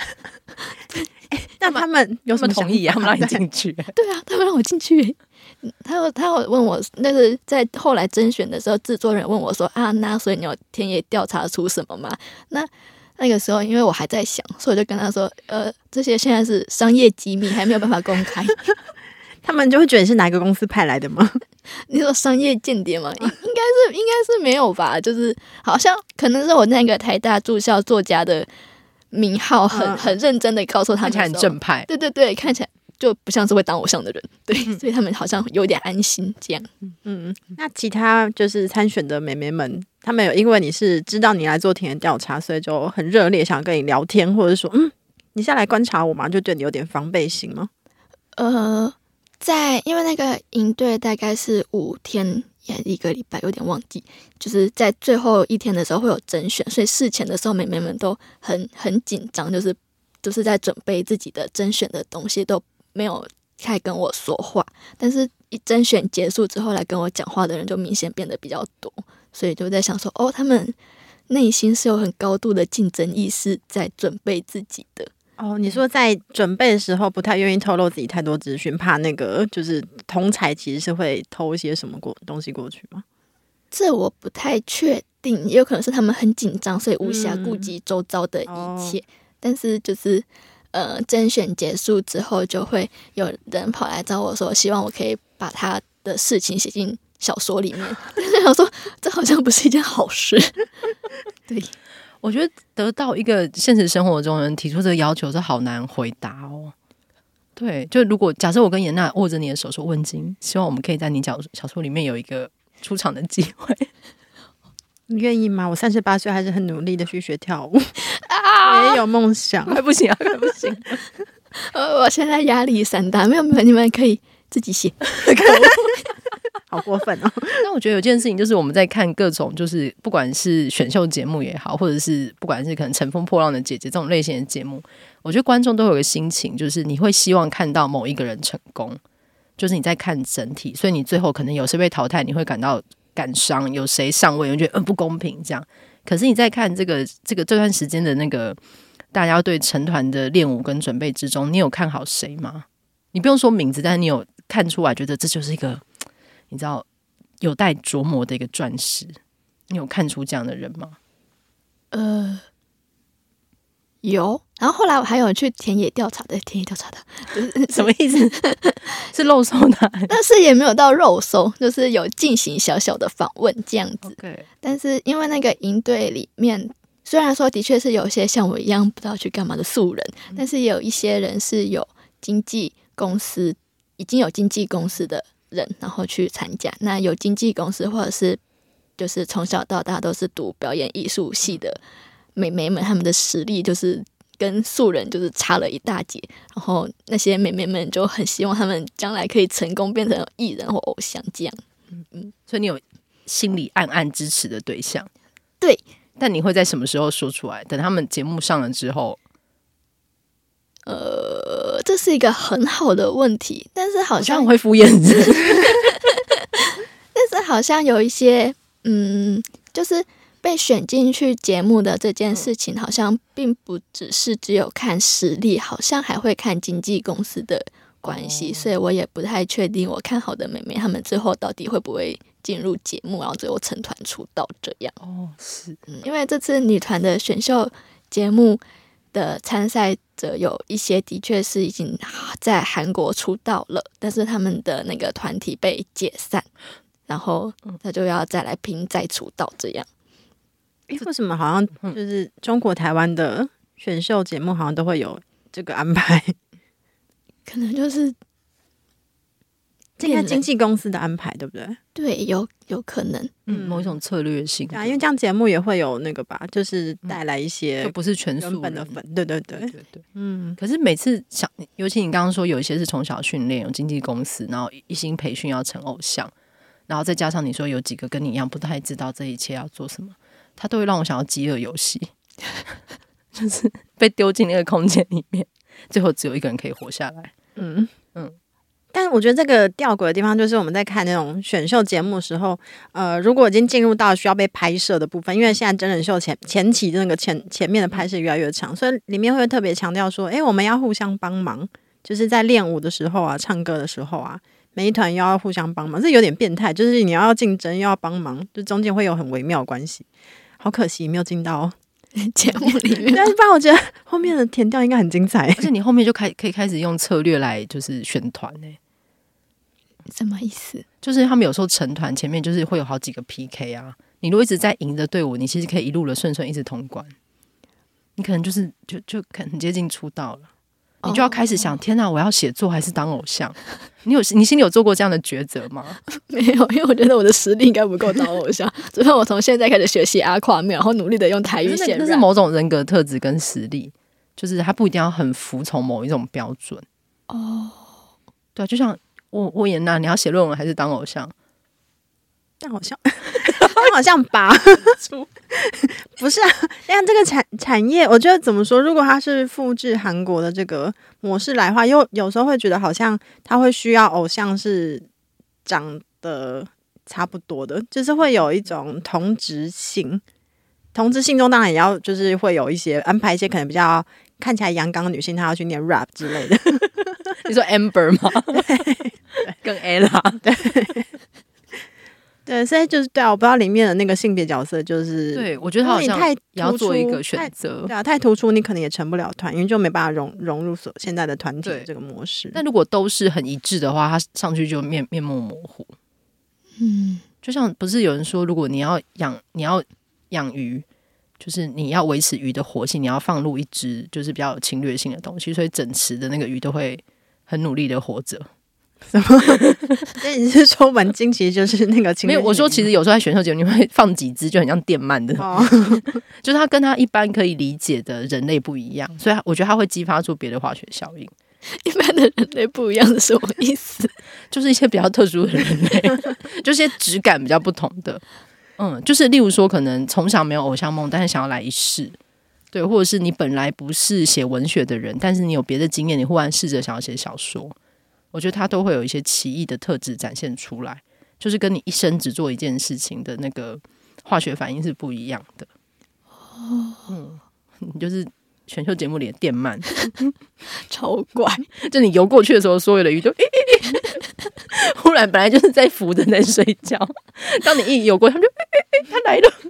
[SPEAKER 3] 那他们有什么
[SPEAKER 2] 同意啊？他们让你
[SPEAKER 3] 进？
[SPEAKER 2] 进去？
[SPEAKER 4] 对啊，他们让我进去。他有他有问我，那个在后来甄选的时候，制作人问我说啊，那所以你有田野调查出什么吗？那那个时候因为我还在想，所以我就跟他说，呃，这些现在是商业机密，还没有办法公开。
[SPEAKER 3] 他们就会觉得你是哪个公司派来的吗？
[SPEAKER 4] 你说商业间谍吗？应应该是应该是没有吧，就是好像可能是我那个台大驻校作家的名号很、嗯、很认真的告诉他们，
[SPEAKER 2] 看起来很正派。
[SPEAKER 4] 对对对，看起来就不像是会当偶像的人，对，嗯、所以他们好像有点安心这样。
[SPEAKER 3] 嗯，那其他就是参选的妹妹们，他们有因为你是知道你来做田野调查，所以就很热烈想跟你聊天，或者说嗯，你下来观察我吗？就对你有点防备心吗？
[SPEAKER 4] 呃，在因为那个营队大概是五天。一个礼拜有点忘记，就是在最后一天的时候会有甄选，所以事前的时候妹妹们都很很紧张，就是就是在准备自己的甄选的东西，都没有太跟我说话。但是一甄选结束之后来跟我讲话的人就明显变得比较多，所以就在想说，哦，他们内心是有很高度的竞争意识在准备自己的。
[SPEAKER 3] 哦，你说在准备的时候不太愿意透露自己太多资讯，怕那个就是同侪其实是会偷一些什么过东西过去吗？
[SPEAKER 4] 这我不太确定，也有可能是他们很紧张，所以无暇顾及周遭的一切。嗯哦、但是就是呃，甄选结束之后，就会有人跑来找我说，希望我可以把他的事情写进小说里面。但是想说，这好像不是一件好事。对。
[SPEAKER 2] 我觉得得到一个现实生活中人提出这个要求是好难回答哦。对，就如果假设我跟严娜握着你的手说问金，希望我们可以在你小小说里面有一个出场的机会，
[SPEAKER 3] 你愿意吗？我三十八岁还是很努力的去学跳舞，啊、我也有梦想，
[SPEAKER 2] 快不行啊，快不行！
[SPEAKER 4] 呃，我现在压力山大，没有没有，你们可以自己写。
[SPEAKER 3] 好过分哦！
[SPEAKER 2] 但我觉得有件事情就是我们在看各种，就是不管是选秀节目也好，或者是不管是可能乘风破浪的姐姐这种类型的节目，我觉得观众都有个心情，就是你会希望看到某一个人成功，就是你在看整体，所以你最后可能有谁被淘汰，你会感到感伤；有谁上位，你会觉得嗯不公平这样。可是你在看这个这个这段时间的那个大家对成团的练舞跟准备之中，你有看好谁吗？你不用说名字，但是你有看出来，觉得这就是一个。你知道有待琢磨的一个钻石，你有看出这样的人吗？
[SPEAKER 4] 呃，有。然后后来我还有去田野调查的，田野调查的，就是
[SPEAKER 2] 什么意思？是肉搜的，
[SPEAKER 4] 但是也没有到肉搜，就是有进行小小的访问这样子。
[SPEAKER 2] Okay.
[SPEAKER 4] 但是因为那个营队里面，虽然说的确是有些像我一样不知道去干嘛的素人，嗯、但是也有一些人是有经纪公司，已经有经纪公司的。人然后去参加，那有经纪公司或者是就是从小到大都是读表演艺术系的妹妹们，他们的实力就是跟素人就是差了一大截，然后那些妹妹们就很希望他们将来可以成功变成艺人或偶像这样。
[SPEAKER 2] 嗯嗯，所以你有心里暗暗支持的对象？
[SPEAKER 4] 对，
[SPEAKER 2] 但你会在什么时候说出来？等他们节目上了之后？
[SPEAKER 4] 呃，这是一个很好的问题，但是好像
[SPEAKER 2] 我会敷衍人，
[SPEAKER 4] 但是好像有一些，嗯，就是被选进去节目的这件事情，好像并不只是只有看实力，好像还会看经纪公司的关系，哦、所以我也不太确定，我看好的妹妹她们最后到底会不会进入节目，然后最后成团出道这样。
[SPEAKER 2] 哦，是，
[SPEAKER 4] 嗯，因为这次女团的选秀节目。的参赛者有一些的确是已经在韩国出道了，但是他们的那个团体被解散，然后他就要再来拼再出道这样。
[SPEAKER 3] 诶，为什么好像就是中国台湾的选秀节目好像都会有这个安排？
[SPEAKER 4] 可能就是
[SPEAKER 3] 应该经纪公司的安排，对不对？
[SPEAKER 4] 对，有有可能，
[SPEAKER 2] 嗯，某一种策略性
[SPEAKER 3] 啊，因为这样节目也会有那个吧，就是带来一些、
[SPEAKER 2] 嗯、就不是全素
[SPEAKER 3] 原本的粉，对对对
[SPEAKER 2] 对对对，嗯。可是每次想，尤其你刚刚说有一些是从小训练，有经纪公司，然后一心培训要成偶像，然后再加上你说有几个跟你一样不太知道这一切要做什么，他都会让我想要饥饿游戏。 就是被丢进那个空间里面，最后只有一个人可以活下来。
[SPEAKER 3] 嗯嗯。但我觉得这个吊诡的地方就是我们在看那种选秀节目的时候，呃，如果已经进入到需要被拍摄的部分，因为现在真人秀前前期的那个前前面的拍摄越来越长，所以里面会特别强调说，哎，我们要互相帮忙，就是在练舞的时候啊，唱歌的时候啊，每一团要互相帮忙，这有点变态，就是你要竞争又要帮忙，就中间会有很微妙的关系。好可惜没有进到
[SPEAKER 4] 节目里面，
[SPEAKER 3] 但是不然我觉得后面的填调应该很精彩，
[SPEAKER 2] 而且你后面就开可以开始用策略来就是选团呢、欸。
[SPEAKER 4] 什么意思？
[SPEAKER 2] 就是他们有时候成团前面就是会有好几个 P K 啊，你如果一直在赢的队伍，你其实可以一路的顺顺一直通关，你可能就是就就很接近出道了，你就要开始想，天哪，我要写作还是当偶像？你有你心里有做过这样的抉择吗？
[SPEAKER 4] 没有，因为我觉得我的实力应该不够当偶像，所以我从现在开始学习阿跨面，然后努力的用台语写。
[SPEAKER 2] 那是某种人格特质跟实力，就是他不一定要很服从某一种标准。哦，对啊，就像我我演那，你要写论文还是当偶像？
[SPEAKER 3] 当偶像，当偶像吧。不是啊，像这个产产业，我觉得怎么说？如果它是复制韩国的这个模式来的话，又有时候会觉得好像他会需要偶像是长得差不多的，就是会有一种同质性。同质性中当然也要就是会有一些安排一些可能比较看起来阳刚的女性，她要去念 rap 之类的。
[SPEAKER 2] 你说 Amber 吗？对，跟 Ella
[SPEAKER 3] 对。对，所以就是对啊，我不知道里面的那个性别角色，就是
[SPEAKER 2] 对我觉得他好像也要做一个选择，
[SPEAKER 3] 对啊，太突出你可能也成不了团，因为就没办法融融入所现在的团体的这个模式。
[SPEAKER 2] 但如果都是很一致的话，他上去就面面目模糊。嗯，就像不是有人说，如果你要养你要养鱼，就是你要维持鱼的活性，你要放入一只就是比较有侵略性的东西，所以整池的那个鱼都会很努力的活着。
[SPEAKER 3] 什么？那你是说文晶其实就是那个？
[SPEAKER 2] 没有，我说其实有时候在选秀节目你会放几只，就很像电鳗的，哦、就是它跟它一般可以理解的人类不一样，所以我觉得它会激发出别的化学效应。
[SPEAKER 4] 一般的人类不一样是什么意思？
[SPEAKER 2] 就是一些比较特殊的人类，就是一些质感比较不同的。嗯，就是例如说，可能从小没有偶像梦，但是想要来一试。对，或者是你本来不是写文学的人，但是你有别的经验，你忽然试着想要写小说。我觉得他都会有一些奇异的特质展现出来，就是跟你一生只做一件事情的那个化学反应是不一样的。哦，嗯，你就是选秀节目里的电鳗，
[SPEAKER 4] 超怪。
[SPEAKER 2] 就你游过去的时候，所有的鱼都、欸欸欸、忽然本来就是在浮着在睡觉，当你一游过，他们就、欸欸、他来了。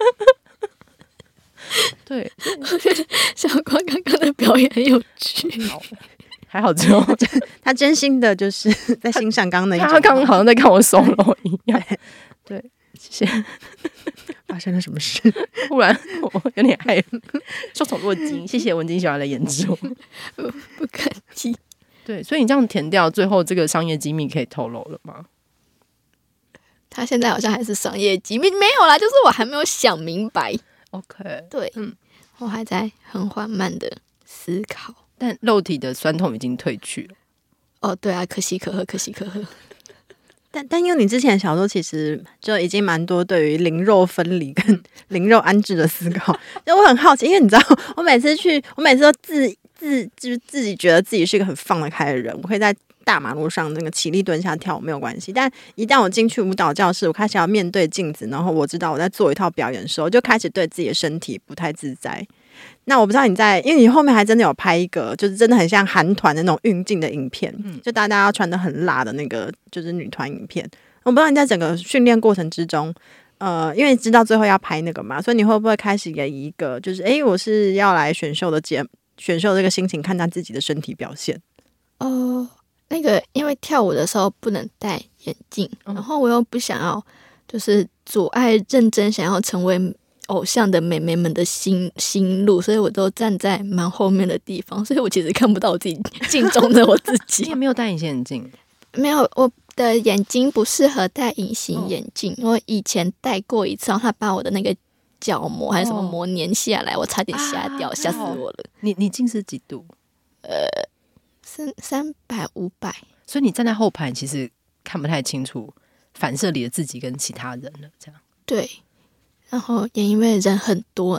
[SPEAKER 2] 对，
[SPEAKER 4] 小光刚刚的表演很有趣。
[SPEAKER 2] 还好之后
[SPEAKER 3] 他真心的就是在欣赏刚刚那一种，
[SPEAKER 2] 他刚刚好像在看我 solo 一样。对，谢谢。
[SPEAKER 3] 发生了什么事？
[SPEAKER 2] 忽然我有点害受宠若惊。谢谢文晶小孩的演出，
[SPEAKER 4] 不不客气。
[SPEAKER 2] 对，所以你这样填掉，最后这个商业机密可以透露了吗？
[SPEAKER 4] 他现在好像还是商业机密，没有啦，就是我还没有想明白。
[SPEAKER 2] OK，
[SPEAKER 4] 对，嗯，我还在很缓慢的思考。
[SPEAKER 2] 但肉体的酸痛已经退去了。
[SPEAKER 4] 哦，对啊，可喜可贺，可喜可贺。
[SPEAKER 3] 但但因为你之前小时候其实就已经蛮多对于灵肉分离跟灵肉安置的思考，就我很好奇，因为你知道，我每次去，我每次都自自就是自己觉得自己是一个很放得开的人，我可以在大马路上那个起立蹲下跳没有关系，但一旦我进去舞蹈教室，我开始要面对镜子，然后我知道我在做一套表演的时候，就开始对自己的身体不太自在。那我不知道你在，因为你后面还真的有拍一个，就是真的很像韩团的那种运镜的影片，嗯、就大家要穿得很辣的那个，就是女团影片。我不知道你在整个训练过程之中，呃，因为知道最后要拍那个嘛，所以你会不会开始也以一个，就是哎，我是要来选秀的节选秀这个心情看待自己的身体表现？
[SPEAKER 4] 哦、呃，那个因为跳舞的时候不能戴眼镜，嗯、然后我又不想要，就是阻碍认真想要成为偶像的妹妹们的心心路，所以我都站在蛮后面的地方，所以我其实看不到我自己镜中的我自己。
[SPEAKER 2] 你也没有戴隐形眼镜？
[SPEAKER 4] 没有，我的眼睛不适合戴隐形眼镜。哦、我以前戴过一次，然后他把我的那个角膜还是什么膜粘下来，哦、我差点瞎掉，吓、啊、死我了。
[SPEAKER 2] 你你近视几度？
[SPEAKER 4] 呃，三三百五百。
[SPEAKER 2] 所以你站在后排，其实看不太清楚反射里的自己跟其他人了，这样。
[SPEAKER 4] 对。然后也因为人很多，然后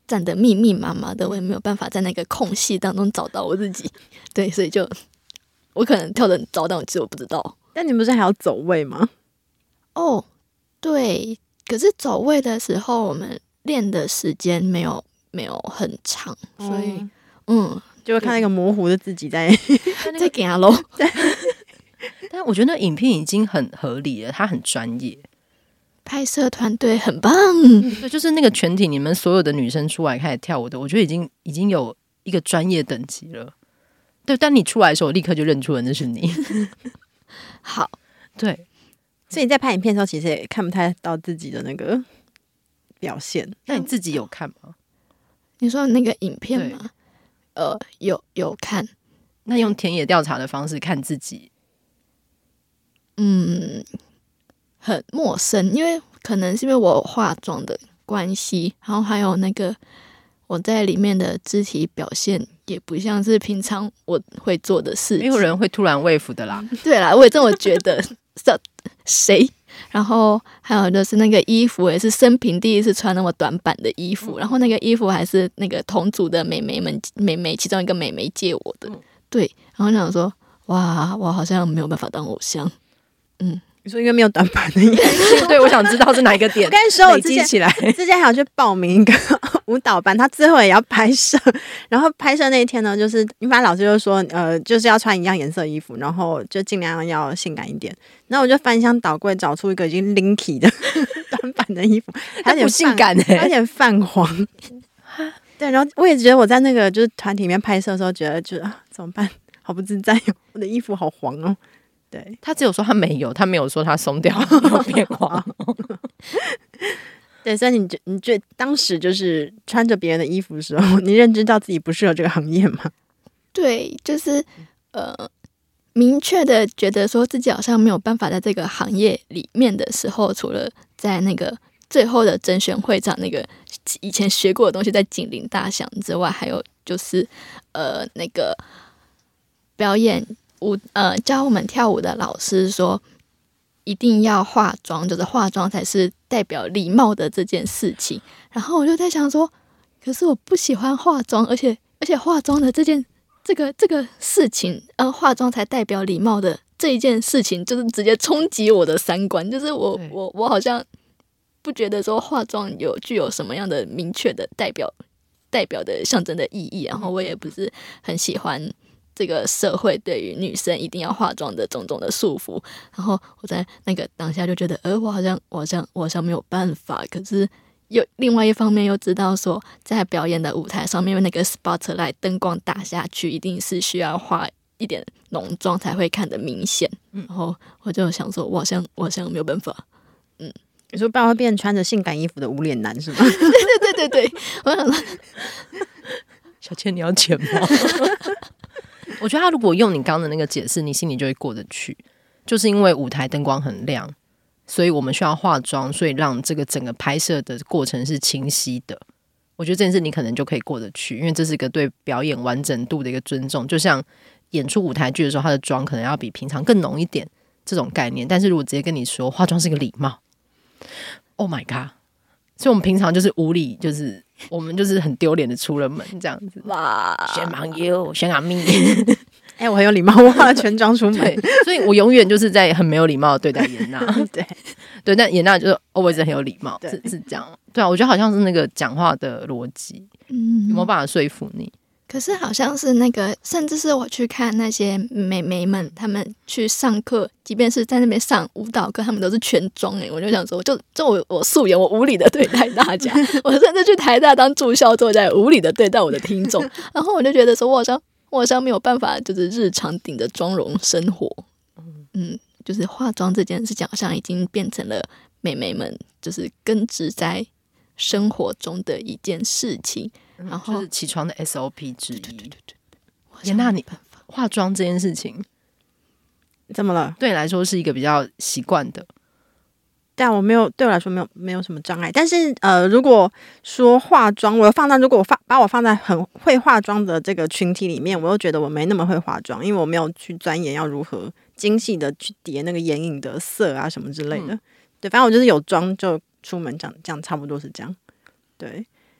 [SPEAKER 4] 站得密密麻麻的，我也没有办法在那个空隙当中找到我自己。对，所以就我可能跳得很糟，但我其实我不知道。
[SPEAKER 3] 但你不是还要走位吗？
[SPEAKER 4] 哦，对，可是走位的时候，我们练的时间没有没有很长，所以、哦、嗯，
[SPEAKER 3] 就会看那个模糊的自己在
[SPEAKER 4] 再给他喽。
[SPEAKER 2] 但我觉得那影片已经很合理了，它很专业，
[SPEAKER 4] 拍摄团队很棒。
[SPEAKER 2] 对，就是那个全体你们所有的女生出来开始跳舞的，我觉得已经已经有一个专业等级了。对，但你出来的时候，我立刻就认出了那是你。
[SPEAKER 4] 好，
[SPEAKER 2] 对，
[SPEAKER 3] 所以你在拍影片的时候，其实也看不太到自己的那个表现。
[SPEAKER 2] 那你自己有看吗？
[SPEAKER 4] 你说那个影片吗？呃，有有看。
[SPEAKER 2] 那用田野调查的方式看自己，
[SPEAKER 4] 嗯，很陌生，因为可能是因为我化妆的关系，然后还有那个我在里面的肢体表现也不像是平常我会做的事情。
[SPEAKER 2] 没有人会突然wave的啦。
[SPEAKER 4] 对啦，我也这么觉得。谁？然后还有就是那个衣服也是生平第一次穿那么短版的衣服，然后那个衣服还是那个同组的美眉们美眉其中一个美眉借我的。对，然后想说哇，我好像没有办法当偶像。嗯，
[SPEAKER 3] 你说因为没有短版的衣服，
[SPEAKER 2] 对，我想知道是哪一个点。
[SPEAKER 3] 我跟你说，我之前
[SPEAKER 2] 起来
[SPEAKER 3] 之前还有去报名一个舞蹈班，他最后也要拍摄，然后拍摄那一天呢，就是一般老师就说，呃，就是要穿一样颜色的衣服，然后就尽量要性感一点。然后我就翻箱倒柜找出一个已经 linky 的短版的衣服，还有点
[SPEAKER 2] 不性感哎、欸，
[SPEAKER 3] 有点泛黄。对，然后我也觉得我在那个就是团体里面拍摄的时候，觉得就是啊怎么办，好不自在哦，我的衣服好黄哦。对，
[SPEAKER 2] 他只有说他没有，他没有说他松掉有变黄。
[SPEAKER 3] 对，所以你觉你觉得当时就是穿着别人的衣服的时候，你认知到自己不适合这个行业吗？
[SPEAKER 4] 对，就是呃，明确的觉得说自己好像没有办法在这个行业里面的时候，除了在那个最后的甄选会上那个以前学过的东西在警铃大响之外，还有就是呃那个表演舞呃教我们跳舞的老师说一定要化妆，就是化妆才是代表礼貌的这件事情。然后我就在想说，可是我不喜欢化妆，而且而且化妆的这件这个这个事情，呃，化妆才代表礼貌的这一件事情，就是直接冲击我的三观。就是我我我好像不觉得说化妆有具有什么样的明确的代表代表的象征的意义，然后我也不是很喜欢这个社会对于女生一定要化妆的种种的束缚。然后我在那个当下就觉得，呃，我好像我好像我好像没有办法。可是又另外一方面又知道说，在表演的舞台上面那个 spotlight 灯光打下去，一定是需要化一点浓妆才会看得明显。然后我就想说，我好像我好像没有办法。嗯，
[SPEAKER 3] 你说不然会变穿着性感衣服的无脸男是吗？
[SPEAKER 4] 对对对对对，我想说，
[SPEAKER 2] 小倩你要钱吗？我觉得他如果用你刚刚的那个解释，你心里就会过得去，就是因为舞台灯光很亮，所以我们需要化妆，所以让这个整个拍摄的过程是清晰的。我觉得这件事你可能就可以过得去，因为这是一个对表演完整度的一个尊重。就像演出舞台剧的时候，他的妆可能要比平常更浓一点，这种概念。但是如果直接跟你说化妆是个礼貌 ，Oh my god！ 所以我们平常就是无理，就是我们就是很丢脸的出了门这样子。
[SPEAKER 4] 哇，
[SPEAKER 2] 选忙优，选阿咪。
[SPEAKER 3] 哎、欸，我很有礼貌，我化了全妆出门。
[SPEAKER 2] 对，所以我永远就是在很没有礼貌的对待严娜。
[SPEAKER 3] 对
[SPEAKER 2] 对，但严娜就是 always 很有礼貌，
[SPEAKER 3] 对
[SPEAKER 2] 是是这样。对啊，我觉得好像是那个讲话的逻辑，
[SPEAKER 4] 嗯，
[SPEAKER 2] 有没有办法说服你？
[SPEAKER 4] 可是好像是那个，甚至是我去看那些美眉们，她们去上课，即便是在那边上舞蹈课，她们都是全妆诶。我就想说，就就我我素颜，我无理的对待大家，我甚至去台大当住校作家，无理的对待我的听众。然后我就觉得说，我好像我好像没有办法，就是日常顶着妆容生活。嗯，就是化妆这件事情，好像已经变成了美眉们就是根植在生活中的一件事情。然后、
[SPEAKER 2] 嗯、就是起床的 S O P 之一。对对对对，
[SPEAKER 4] 严
[SPEAKER 2] 娜，你化妆这件事情
[SPEAKER 3] 怎么了？
[SPEAKER 2] 对你来说是一个比较习惯的？
[SPEAKER 3] 但我没有，对我来说没有没有什么障碍。但是呃，如果说化妆，我放到如果我放把我放在很会化妆的这个群体里面，我又觉得我没那么会化妆，因为我没有去钻研要如何精细的去叠那个眼影的色啊什么之类的。嗯、对，反正我就是有妆就出门，这样这样差不多是这样。对。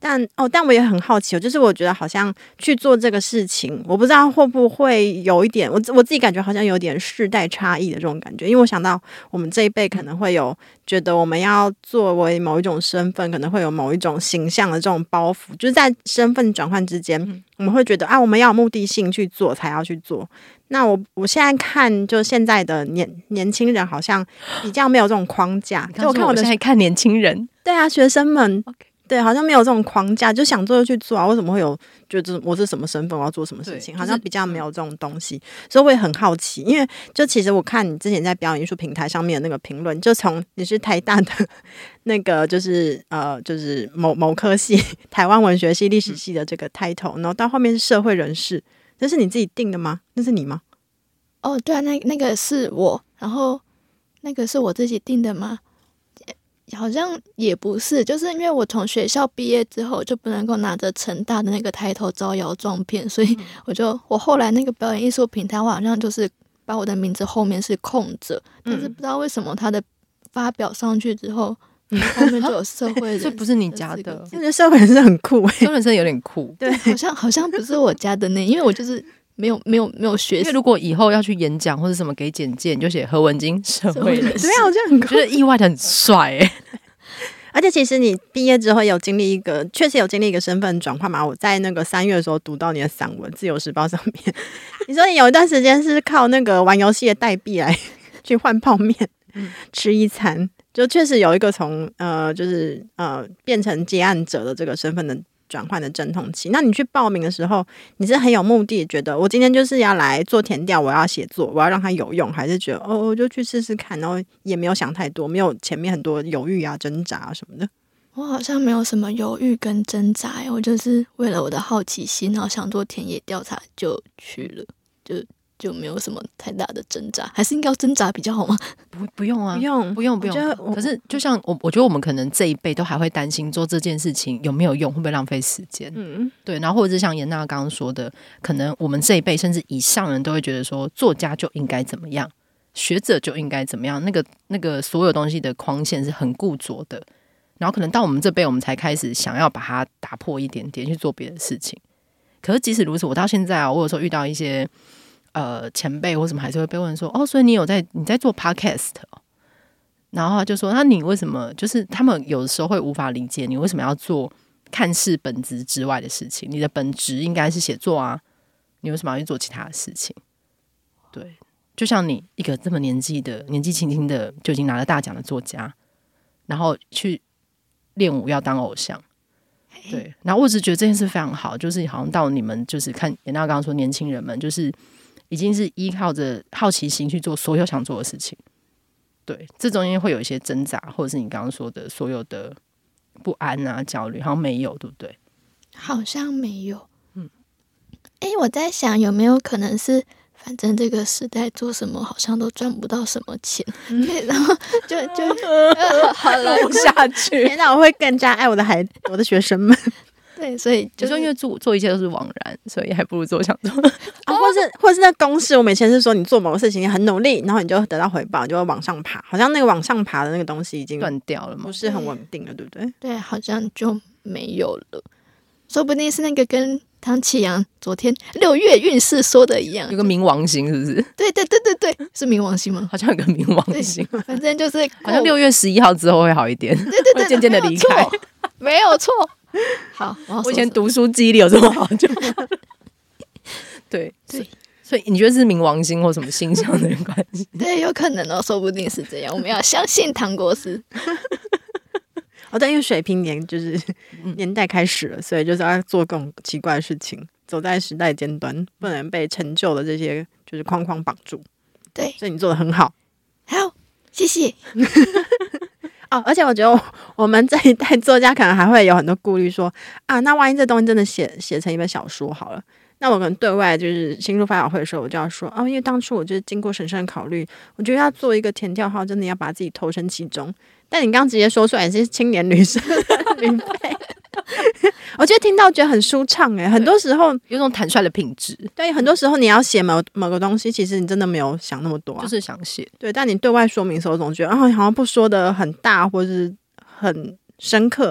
[SPEAKER 3] 但哦，但我也很好奇，就是我觉得好像去做这个事情，我不知道会不会有一点，我我自己感觉好像有点世代差异的这种感觉，因为我想到我们这一辈可能会有觉得我们要作为某一种身份，可能会有某一种形象的这种包袱，就是在身份转换之间，嗯、我们会觉得啊，我们要有目的性去做才要去做。那我我现在看，就现在的年年轻人好像比较没有这种框架。
[SPEAKER 2] 就我看我的现在看年轻人，
[SPEAKER 3] 对啊，学生们。
[SPEAKER 2] Okay.
[SPEAKER 3] 对，好像没有这种框架，就想做就去做啊。为什么会有觉得我是什么身份，我要做什么事情？好像比较没有这种东西，所以我也很好奇。因为就其实我看你之前在表演艺术平台上面的那个评论，就从你是台大的那个就是呃就是某某科系台湾文学系历史系的这个 title， 然后到后面是社会人士，这是你自己定的吗？那是你吗？
[SPEAKER 4] 哦，对啊，那那个是我，然后那个是我自己定的吗？好像也不是，就是因为我从学校毕业之后就不能够拿着成大的那个抬头招摇撞骗，所以我就我后来那个表演艺术平台，我好像就是把我的名字后面是空着，但是不知道为什么他的发表上去之后，嗯、后面就有社会人，
[SPEAKER 2] 这不是你家的，
[SPEAKER 3] 我觉得社会人是很酷、欸，
[SPEAKER 2] 社会人是有点酷，
[SPEAKER 4] 对，好像好像不是我家的那，因为我就是。没有没有没有学，
[SPEAKER 2] 因为如果以后要去演讲或者什么给简介，你就写何文金社会人士，
[SPEAKER 3] 对啊，我觉得很酷，
[SPEAKER 2] 觉得意外的很帅哎、欸。
[SPEAKER 3] 而且其实你毕业之后有经历一个，确实有经历一个身份转换嘛。我在那个三月的时候读到你的散文《自由时报》上面，你说你有一段时间是靠那个玩游戏的代币来去换泡面、嗯、吃一餐，就确实有一个从呃就是呃变成接案者的这个身份的转换的阵痛期。那你去报名的时候，你是很有目的，觉得我今天就是要来做田调，我要写作，我要让它有用，还是觉得哦，我就去试试看，然后也没有想太多，没有前面很多犹豫啊、挣扎啊什么的？
[SPEAKER 4] 我好像没有什么犹豫跟挣扎，我就是为了我的好奇心，然后想做田野调查就去了，就就没有什么太大的挣扎，还是应该要挣扎比较好吗？
[SPEAKER 2] 不，不用啊，
[SPEAKER 3] 不用，
[SPEAKER 2] 不用，不用。可是，就像我，我觉得我们可能这一辈都还会担心做这件事情有没有用，会不会浪费时间？嗯，对。然后，或者是像严娜刚刚说的，可能我们这一辈甚至以上人都会觉得说，作家就应该怎么样，学者就应该怎么样，那个那个所有东西的框线是很固着的。然后，可能到我们这辈，我们才开始想要把它打破一点点，去做别的事情。可是，即使如此，我到现在啊，我有时候遇到一些。呃，前辈或什么还是会被问说，哦，所以你有在你在做 podcast 哦，然后他就说，那你为什么就是他们有的时候会无法理解你为什么要做看似本质之外的事情？你的本质应该是写作啊，你为什么要去做其他的事情？对，就像你一个这么年纪的年纪轻轻的就已经拿了大奖的作家，然后去练舞要当偶像。对，然后我只觉得这件事非常好，就是好像到你们就是看严娜刚刚说年轻人们就是已经是依靠着好奇心去做所有想做的事情。对，这中间会有一些挣扎，或者是你刚刚说的所有的不安啊、焦虑，好像没有，对不对？
[SPEAKER 4] 好像没有。嗯，哎，我在想有没有可能是，反正这个时代做什么好像都赚不到什么钱，嗯、然后就就、呃、好了
[SPEAKER 2] 下去。
[SPEAKER 3] 天哪，我会更加爱我的孩，我的学生们。
[SPEAKER 4] 对，所以
[SPEAKER 2] 就说、是、因为做做一切都是枉然，所以还不如做想做
[SPEAKER 3] 啊，或是或是那公式，我们以前是说你做某个事情你很努力，然后你就得到回报，你就会往上爬，好像那个往上爬的那个东西已经
[SPEAKER 2] 断掉了嘛，
[SPEAKER 3] 不是很稳定了，对不对？
[SPEAKER 4] 对，好像就没有了，说不定是那个跟唐启阳昨天六月运势说的一样，
[SPEAKER 2] 有个冥王星是不是？
[SPEAKER 4] 对对对对对，是冥王星吗？
[SPEAKER 2] 好像有个冥王星，
[SPEAKER 4] 反正就是
[SPEAKER 2] 好像六月十一号之后会好一点，
[SPEAKER 4] 对对对，
[SPEAKER 2] 会渐渐的离开，
[SPEAKER 4] 没有错。好，
[SPEAKER 2] 我以前读书记忆力有这么好就对对，所以你觉得是冥王星或什么星象的关系？
[SPEAKER 4] 对，有可能哦，说不定是这样。我们要相信唐国师。
[SPEAKER 3] 哦，对，因为水瓶年就是年代开始了，所以就是要做各种奇怪的事情，走在时代尖端，不能被陈旧的这些就是框框绑住。
[SPEAKER 4] 对，
[SPEAKER 3] 所以你做得很好，
[SPEAKER 4] 好，谢谢。
[SPEAKER 3] 哦，而且我觉得 我, 我们这一代作家可能还会有很多顾虑说，啊，那万一这东西真的写写成一本小说好了，那我可能对外就是新书发表会的时候，我就要说，哦，因为当初我就是经过审慎考虑，我觉得要做一个田调号，真的要把自己投身其中。但你刚刚直接说出来是青年旅社旅费，我觉得听到觉得很舒畅哎，很多时候
[SPEAKER 2] 有种坦率的品质。
[SPEAKER 3] 对，很多时候你要写某某个东西，其实你真的没有想那么多、啊，
[SPEAKER 2] 就是想写。对，
[SPEAKER 3] 但你对外说明的时候，总觉得啊，好像不说的很大或是很深刻，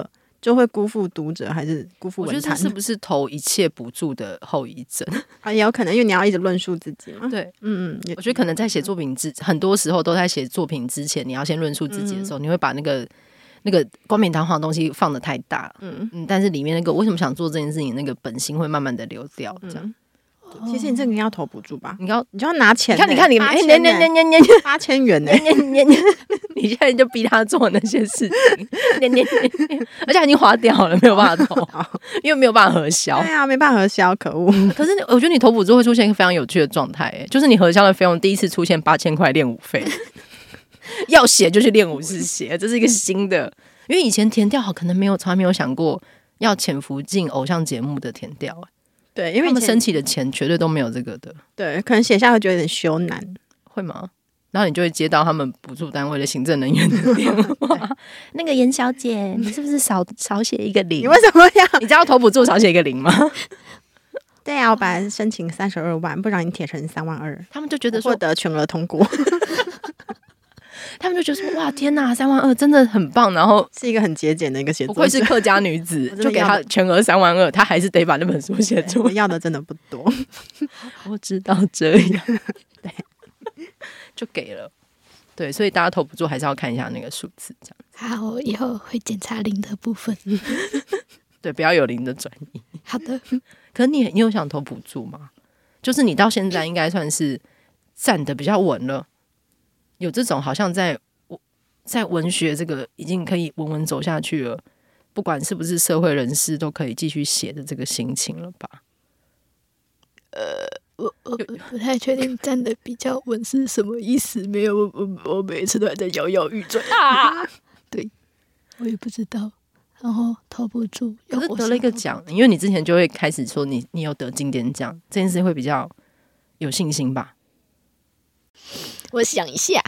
[SPEAKER 3] 就会辜负读者，还是辜负
[SPEAKER 2] 我
[SPEAKER 3] 文坛？
[SPEAKER 2] 觉得这是不是投一切补助的后遗症？
[SPEAKER 3] 啊，也有可能，因为你要一直论述自己嘛。
[SPEAKER 2] 对，
[SPEAKER 3] 嗯嗯，
[SPEAKER 2] 我觉得可能在写作品之很多时候都在写作品之前，你要先论述自己的时候，嗯、你会把那个那个冠冕堂皇的东西放得太大，嗯嗯，但是里面那个为什么想做这件事情，那个本心会慢慢的流掉，这样。嗯
[SPEAKER 3] 其实你这个要投补助吧，
[SPEAKER 2] 你要
[SPEAKER 3] 你就要拿钱、欸。
[SPEAKER 2] 你看，你看，你
[SPEAKER 3] 哎，年年年年年八千元呢、欸，
[SPEAKER 2] 年年年，你现在就逼他做那些事情，年年年，而且已经划掉了，没有办法投，因为没有办法核销。
[SPEAKER 3] 对啊，没办法核销，可恶。
[SPEAKER 2] 可是我觉得你投补助会出现一个非常有趣的状态、欸，就是你核销的费用第一次出现八千块练舞费，要写就去练舞室写，这是一个新的，因为以前填调好可能没有，从来没有想过要潜伏进偶像节目的填调、欸。
[SPEAKER 3] 对，因为
[SPEAKER 2] 他们申请的钱绝对都没有这个的。
[SPEAKER 3] 对，可能写下会觉得有点羞难，
[SPEAKER 2] 会吗？然后你就会接到他们补助单位的行政人员的电话。那个严小姐，你是不是少少写一个零？
[SPEAKER 3] 你为什么要？
[SPEAKER 2] 你知道投补助少写一个零吗？
[SPEAKER 3] 对啊，我本来申请三十二万，不然你铁成三万二。
[SPEAKER 2] 他们就觉得说
[SPEAKER 3] 获得全额通过。
[SPEAKER 2] 他们就觉得说哇天哪，三万二真的很棒，然后
[SPEAKER 3] 是一个很节俭的一个写作者，
[SPEAKER 2] 不愧是客家女子，就给他全额三万二，他还是得把那本书写出来。
[SPEAKER 3] 我要的真的不多，
[SPEAKER 2] 我知道这样，对，就给了，对，所以大家投不住还是要看一下那个数字，这样。
[SPEAKER 4] 好，我以后会检查零的部分，
[SPEAKER 2] 对，不要有零的转移。
[SPEAKER 4] 好的，
[SPEAKER 2] 可是你你有想投补助吗？就是你到现在应该算是站得比较稳了。有这种好像在在文学这个已经可以稳稳走下去了，不管是不是社会人士都可以继续写的这个心情了吧？
[SPEAKER 4] 呃，我我不太确定站得比较稳是什么意思，没有，我我我每一次都还在摇摇欲坠啊！对，我也不知道。然后投不住，
[SPEAKER 2] 可是得了一个奖，因为你之前就会开始说你你有得经典奖，这件事会比较有信心吧？
[SPEAKER 4] 我想一下，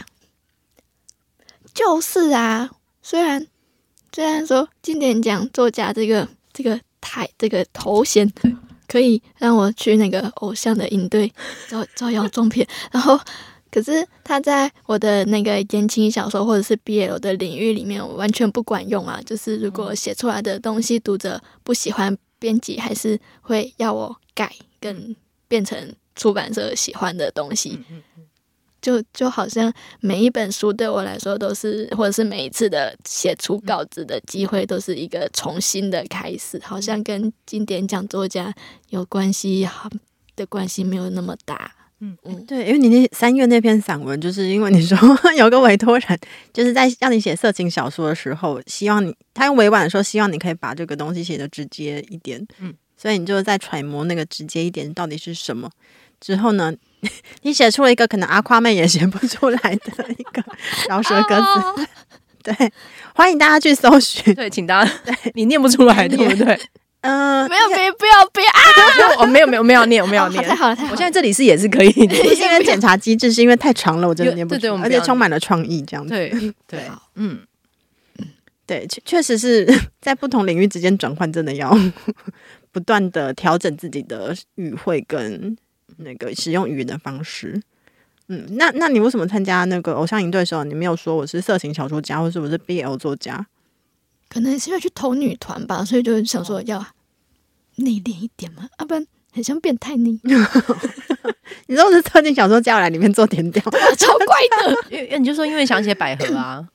[SPEAKER 4] 就是啊，虽然虽然说经典奖作家这个这个台这个头衔可以让我去那个偶像的营队招招摇撞骗，然后可是他在我的那个言情小说或者是 B L 的领域里面我完全不管用啊，就是如果写出来的东西读者不喜欢，编辑还是会要我改跟变成出版社喜欢的东西。就就好像每一本书对我来说都是，或者是每一次的写出稿子的机会都是一个重新的开始，好像跟经典讲作家有关系的关系没有那么大。嗯嗯，
[SPEAKER 3] 对，因为你那三月那篇散文，就是因为你说有个委托人，就是在让你写色情小说的时候，希望你他用委婉的说，希望你可以把这个东西写得直接一点。嗯，所以你就在揣摩那个直接一点到底是什么。之后呢，你写出了一个可能阿夸妹也写不出来的一个饶舌歌词。哦、对，欢迎大家去搜寻。
[SPEAKER 2] 对，请大家，对你念不出来，对不对？
[SPEAKER 4] 嗯、呃，没有，别不要不要啊！
[SPEAKER 2] 我没有没有没有念，我没有念。
[SPEAKER 4] 哦、太好了，太好了！
[SPEAKER 2] 我现在这里是也是可以的，
[SPEAKER 3] 不是因为检查机制，是因为太长了，我真的念不出来，
[SPEAKER 2] 对对，
[SPEAKER 3] 而且充满了创意，这样子。
[SPEAKER 2] 对对，嗯，
[SPEAKER 3] 对，确实是在不同领域之间转换，真的要不断的调整自己的语汇跟那个使用语言的方式。嗯，那那你为什么参加那个偶像营队的时候，你没有说我是色情小说家，或是我是 B L 作家？
[SPEAKER 4] 可能是因为去投女团吧，所以就想说要内敛一点嘛，要、啊、不然很像变态呢。
[SPEAKER 3] 你说我是色情小说家，我来里面做填调，
[SPEAKER 4] 超怪的。
[SPEAKER 2] 因为你就说因为想写百合啊，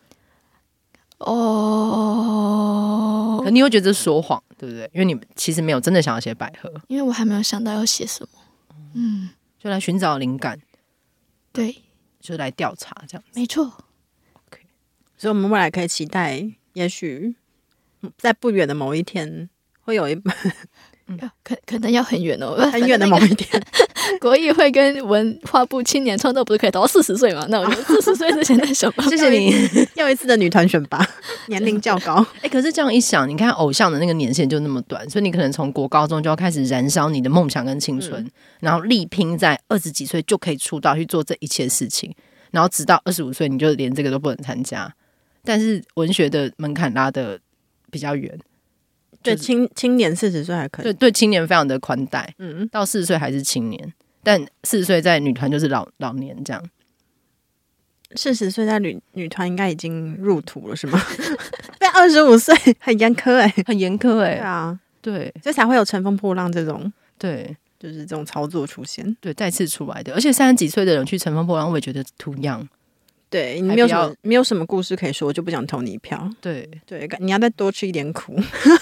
[SPEAKER 4] 哦，
[SPEAKER 2] 可你会觉得说谎，对不对？因为你其实没有真的想要写百合，
[SPEAKER 4] 因为我还没有想到要写什么。嗯，
[SPEAKER 2] 就来寻找灵感，
[SPEAKER 4] 对，
[SPEAKER 2] 就来调查这样子，
[SPEAKER 4] 没错。
[SPEAKER 3] OK， 所以我们未来可以期待，也许在不远的某一天会有一本，
[SPEAKER 4] 嗯、可可能要很远哦，
[SPEAKER 3] 很远的某一天，
[SPEAKER 4] 国艺会跟文化部青年创作不是可以投到四十岁吗？那我觉得四十岁之前再想吧。
[SPEAKER 2] 谢谢你，
[SPEAKER 3] 又一次的女团选拔，年龄较高。
[SPEAKER 2] 哎、欸，可是这样一想，你看偶像的那个年限就那么短，所以你可能从国高中就要开始燃烧你的梦想跟青春，嗯、然后力拼在二十几岁就可以出道去做这一切事情，然后直到二十五岁你就连这个都不能参加。但是文学的门槛拉得比较远，
[SPEAKER 3] 对青青年四十岁还可以，
[SPEAKER 2] 对对青年非常的宽待，嗯，到四十岁还是青年，但四十岁在女团就是老老年这样。
[SPEAKER 3] 四十岁在女女团应该已经入土了是吗？ 被二十五岁很严苛哎、欸，
[SPEAKER 2] 很严苛哎、
[SPEAKER 3] 对啊，
[SPEAKER 2] 对，
[SPEAKER 3] 所以才会有乘风破浪这种，
[SPEAKER 2] 对，
[SPEAKER 3] 就是这种操作出现。
[SPEAKER 2] 对，再次出来的，而且三十几岁的人去乘风破浪，我也觉得图样。
[SPEAKER 3] 对你没有什么没有什么故事可以说，我就不想投你一票。
[SPEAKER 2] 对
[SPEAKER 3] 对，你要再多吃一点苦，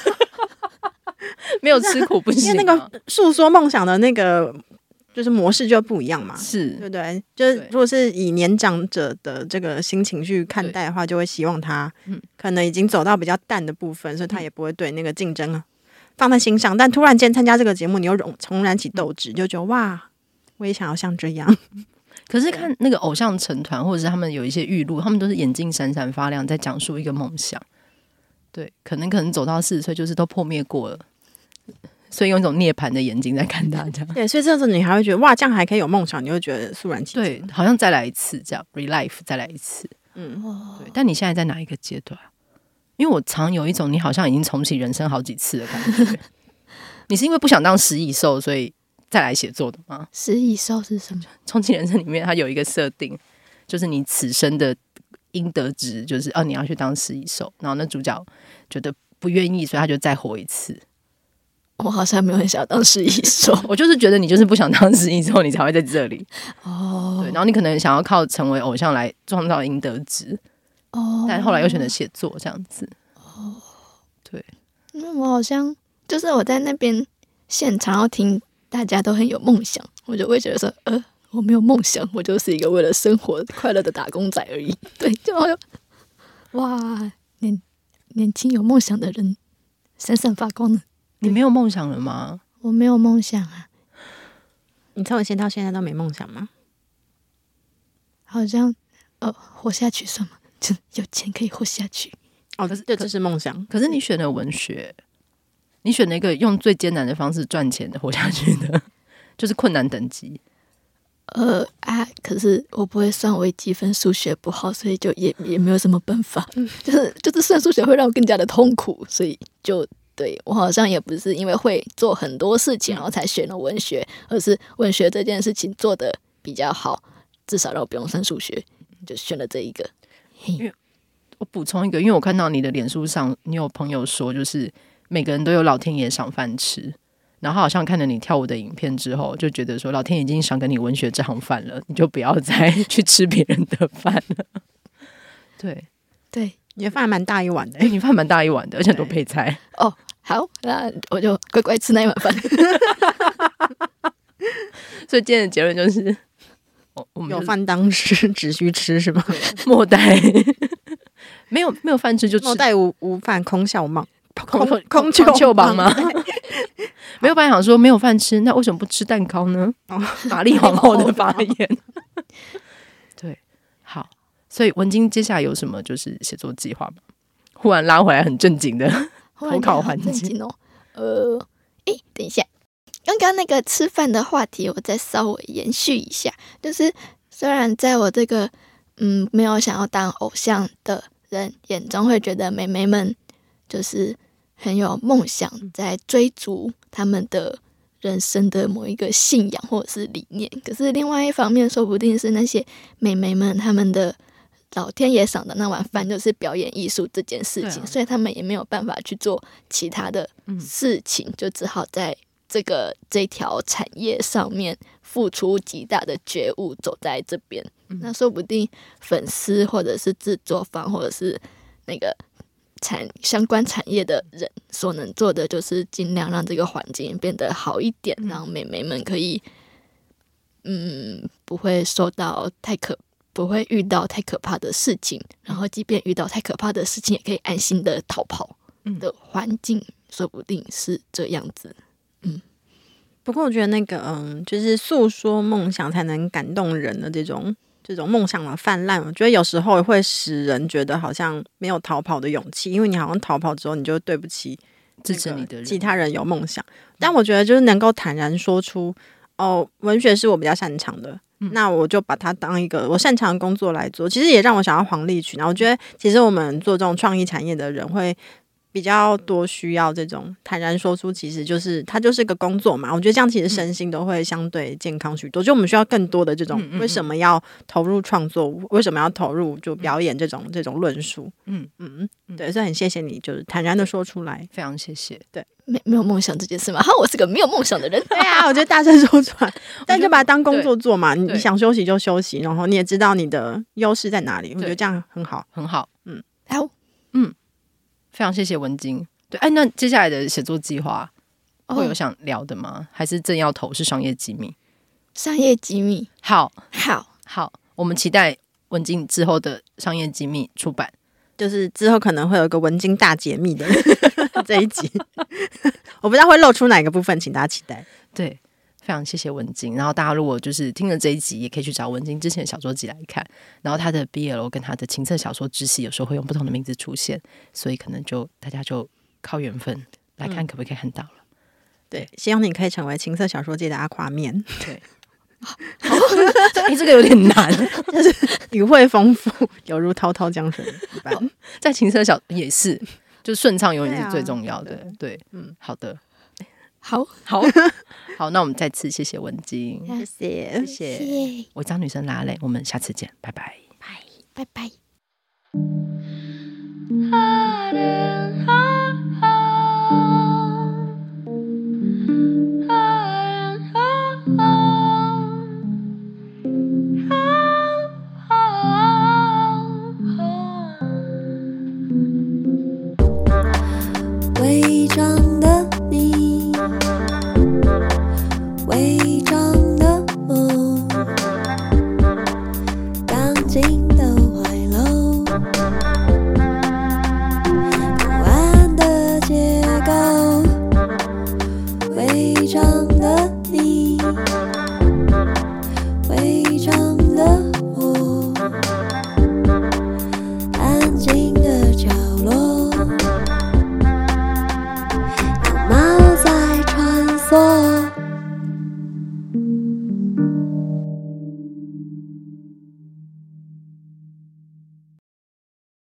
[SPEAKER 2] 没有吃苦不行、啊。
[SPEAKER 3] 因为那个诉说梦想的那个就是模式就不一样嘛，
[SPEAKER 2] 是
[SPEAKER 3] 对不对？就是如果是以年长者的这个心情去看待的话，就会希望他可能已经走到比较淡的部分，所以他也不会对那个竞争放在心上。但突然间参加这个节目，你又重燃起斗志，就觉得哇，我也想要像这样。
[SPEAKER 2] 可是看那个偶像成团，或者是他们有一些预录，他们都是眼睛闪闪发亮，在讲述一个梦想。对，可能可能走到四十岁，就是都破灭过了，所以用一种涅槃的眼睛在看大家。
[SPEAKER 3] 对，所以这时候你还会觉得哇，这样还可以有梦想，你会觉得肃然起敬。
[SPEAKER 2] 对，好像再来一次，这样 relife 再来一次。嗯，对。但你现在在哪一个阶段？因为我常有一种你好像已经重启人生好几次的感觉。你是因为不想当食蚁兽，所以再来写作的吗？
[SPEAKER 4] 食蚁兽是什么？
[SPEAKER 2] 重启人生里面它有一个设定，就是你此生的应得值就是哦，你要去当食蚁兽，然后那主角觉得不愿意，所以他就再活一次。
[SPEAKER 4] 我好像没有很想当食蚁兽，
[SPEAKER 2] 我就是觉得你就是不想当食蚁兽，你才会在这里
[SPEAKER 4] 哦。
[SPEAKER 2] 对，然后你可能想要靠成为偶像来创造应得值哦，但后来又选择写作这样子哦。对，
[SPEAKER 4] 因为我好像就是我在那边现场要听大家都很有梦想，我就会觉得说，呃，我没有梦想，我就是一个为了生活快乐的打工仔而已。对，就好像哇，年年轻有梦想的人闪闪发光呢。
[SPEAKER 2] 你没有梦想了吗？
[SPEAKER 4] 我没有梦想啊。
[SPEAKER 3] 你从以前到现在都没梦想吗？
[SPEAKER 4] 好像呃，活下去算吗？就有钱可以活下去。
[SPEAKER 3] 哦，可是这就是梦想。
[SPEAKER 2] 可是你选了文学，你选了一个用最艰难的方式赚钱的活下去的，就是困难等级。
[SPEAKER 4] 呃啊，可是我不会算微积分，数学不好，所以就也也没有什么办法。就是就是算数学会让我更加的痛苦，所以就。对，我好像也不是因为会做很多事情然后才选了文学，而是文学这件事情做得比较好，至少让我不用算数学，就选了这一个。
[SPEAKER 2] 因为我补充一个，因为我看到你的脸书上，你有朋友说，就是每个人都有老天爷赏饭吃，然后好像看了你跳舞的影片之后，就觉得说老天爷已经赏给你文学这行饭了，你就不要再去吃别人的饭了。对
[SPEAKER 4] 对，
[SPEAKER 3] 你的饭还蛮大一碗的、
[SPEAKER 2] 欸，你饭蛮大一碗的，而且很多配菜
[SPEAKER 4] 哦。好，那我就乖乖吃那一碗饭。
[SPEAKER 2] 所以今天的结论就是，哦、我们、就是、
[SPEAKER 3] 有饭当吃，只需吃是吗？
[SPEAKER 2] 莫待没有没有饭吃就吃，
[SPEAKER 3] 莫待无无饭空笑忙，
[SPEAKER 2] 空空空秋忙吗？没有饭想说没有饭吃，那为什么不吃蛋糕呢？哦、玛丽皇后的发言。对，好，所以文晶接下来有什么就是写作计划吗？忽然拉回来很正经的。投考环境
[SPEAKER 4] 哦，呃，诶，等一下，刚刚那个吃饭的话题，我再稍微延续一下。就是虽然在我这个嗯没有想要当偶像的人眼中，会觉得妹妹们就是很有梦想，在追逐他们的人生的某一个信仰或者是理念。可是另外一方面，说不定是那些妹妹们他们的。老天爷赏的那碗饭就是表演艺术这件事情、啊、所以他们也没有办法去做其他的事情、嗯、就只好在这个这条产业上面付出极大的觉悟走在这边、嗯、那说不定粉丝或者是制作方或者是那个产相关产业的人所能做的就是尽量让这个环境变得好一点、嗯、让妹妹们可以嗯不会受到太可不会遇到太可怕的事情，然后即便遇到太可怕的事情也可以安心的逃跑的环境、嗯、说不定是这样子。嗯，
[SPEAKER 3] 不过我觉得那个嗯，就是诉说梦想才能感动人的这种这种梦想的泛滥，我觉得有时候会使人觉得好像没有逃跑的勇气，因为你好像逃跑之后你就对不起
[SPEAKER 2] 支持你的人，
[SPEAKER 3] 其他人有梦想。但我觉得就是能够坦然说出哦，文学是我比较擅长的，那我就把它当一个我擅长的工作来做。其实也让我想要黄立群。然后我觉得其实我们做这种创意产业的人会比较多需要这种坦然说出，其实就是它就是个工作嘛。我觉得这样其实身心都会相对健康许多。就我们需要更多的这种为什么要投入创作，为什么要投入就表演这种这种论述。嗯嗯，对，所以很谢谢你，就是坦然的说出来，
[SPEAKER 2] 非常谢谢。
[SPEAKER 3] 对，
[SPEAKER 4] 没没有梦想这件事嘛，哈，我是个没有梦想的人。
[SPEAKER 3] 对啊，我觉得大声说出来，但就把它当工作做嘛。你想休息就休息，然后你也知道你的优势在哪里。我觉得这样很好，
[SPEAKER 2] 很好。
[SPEAKER 3] 嗯，
[SPEAKER 4] 好，
[SPEAKER 2] 嗯，非常谢谢文晶。对，哎，那接下来的写作计划会有想聊的吗？哦、还是正要投是商业机密？
[SPEAKER 4] 商业机密，
[SPEAKER 2] 好，
[SPEAKER 4] 好，
[SPEAKER 2] 好，我们期待文晶之后的商业机密出版，
[SPEAKER 3] 就是之后可能会有一个文晶大解密的这一集，我不知道会露出哪个部分，请大家期待。
[SPEAKER 2] 对。非常谢谢文晶，然后大家如果就是听了这一集，也可以去找文晶之前的小说集来看。然后他的 B L 跟他的情色小说支系有时候会用不同的名字出现，所以可能就大家就靠缘分来看可不可以看到了。嗯、
[SPEAKER 3] 对，希望你可以成为情色小说界的阿夸面。
[SPEAKER 2] 对，哎、欸，这个有点难，
[SPEAKER 3] 就是语汇丰富，犹如滔滔江水一般。
[SPEAKER 2] 哦、在情色小也是，就顺畅永远是最重要的。对，啊、对，嗯，好的。
[SPEAKER 4] 好
[SPEAKER 2] 好好，那我们再次谢谢文晶，
[SPEAKER 3] 谢谢
[SPEAKER 2] 谢谢，违章女生拉蕾，我们下次见，拜拜，
[SPEAKER 4] 拜拜拜。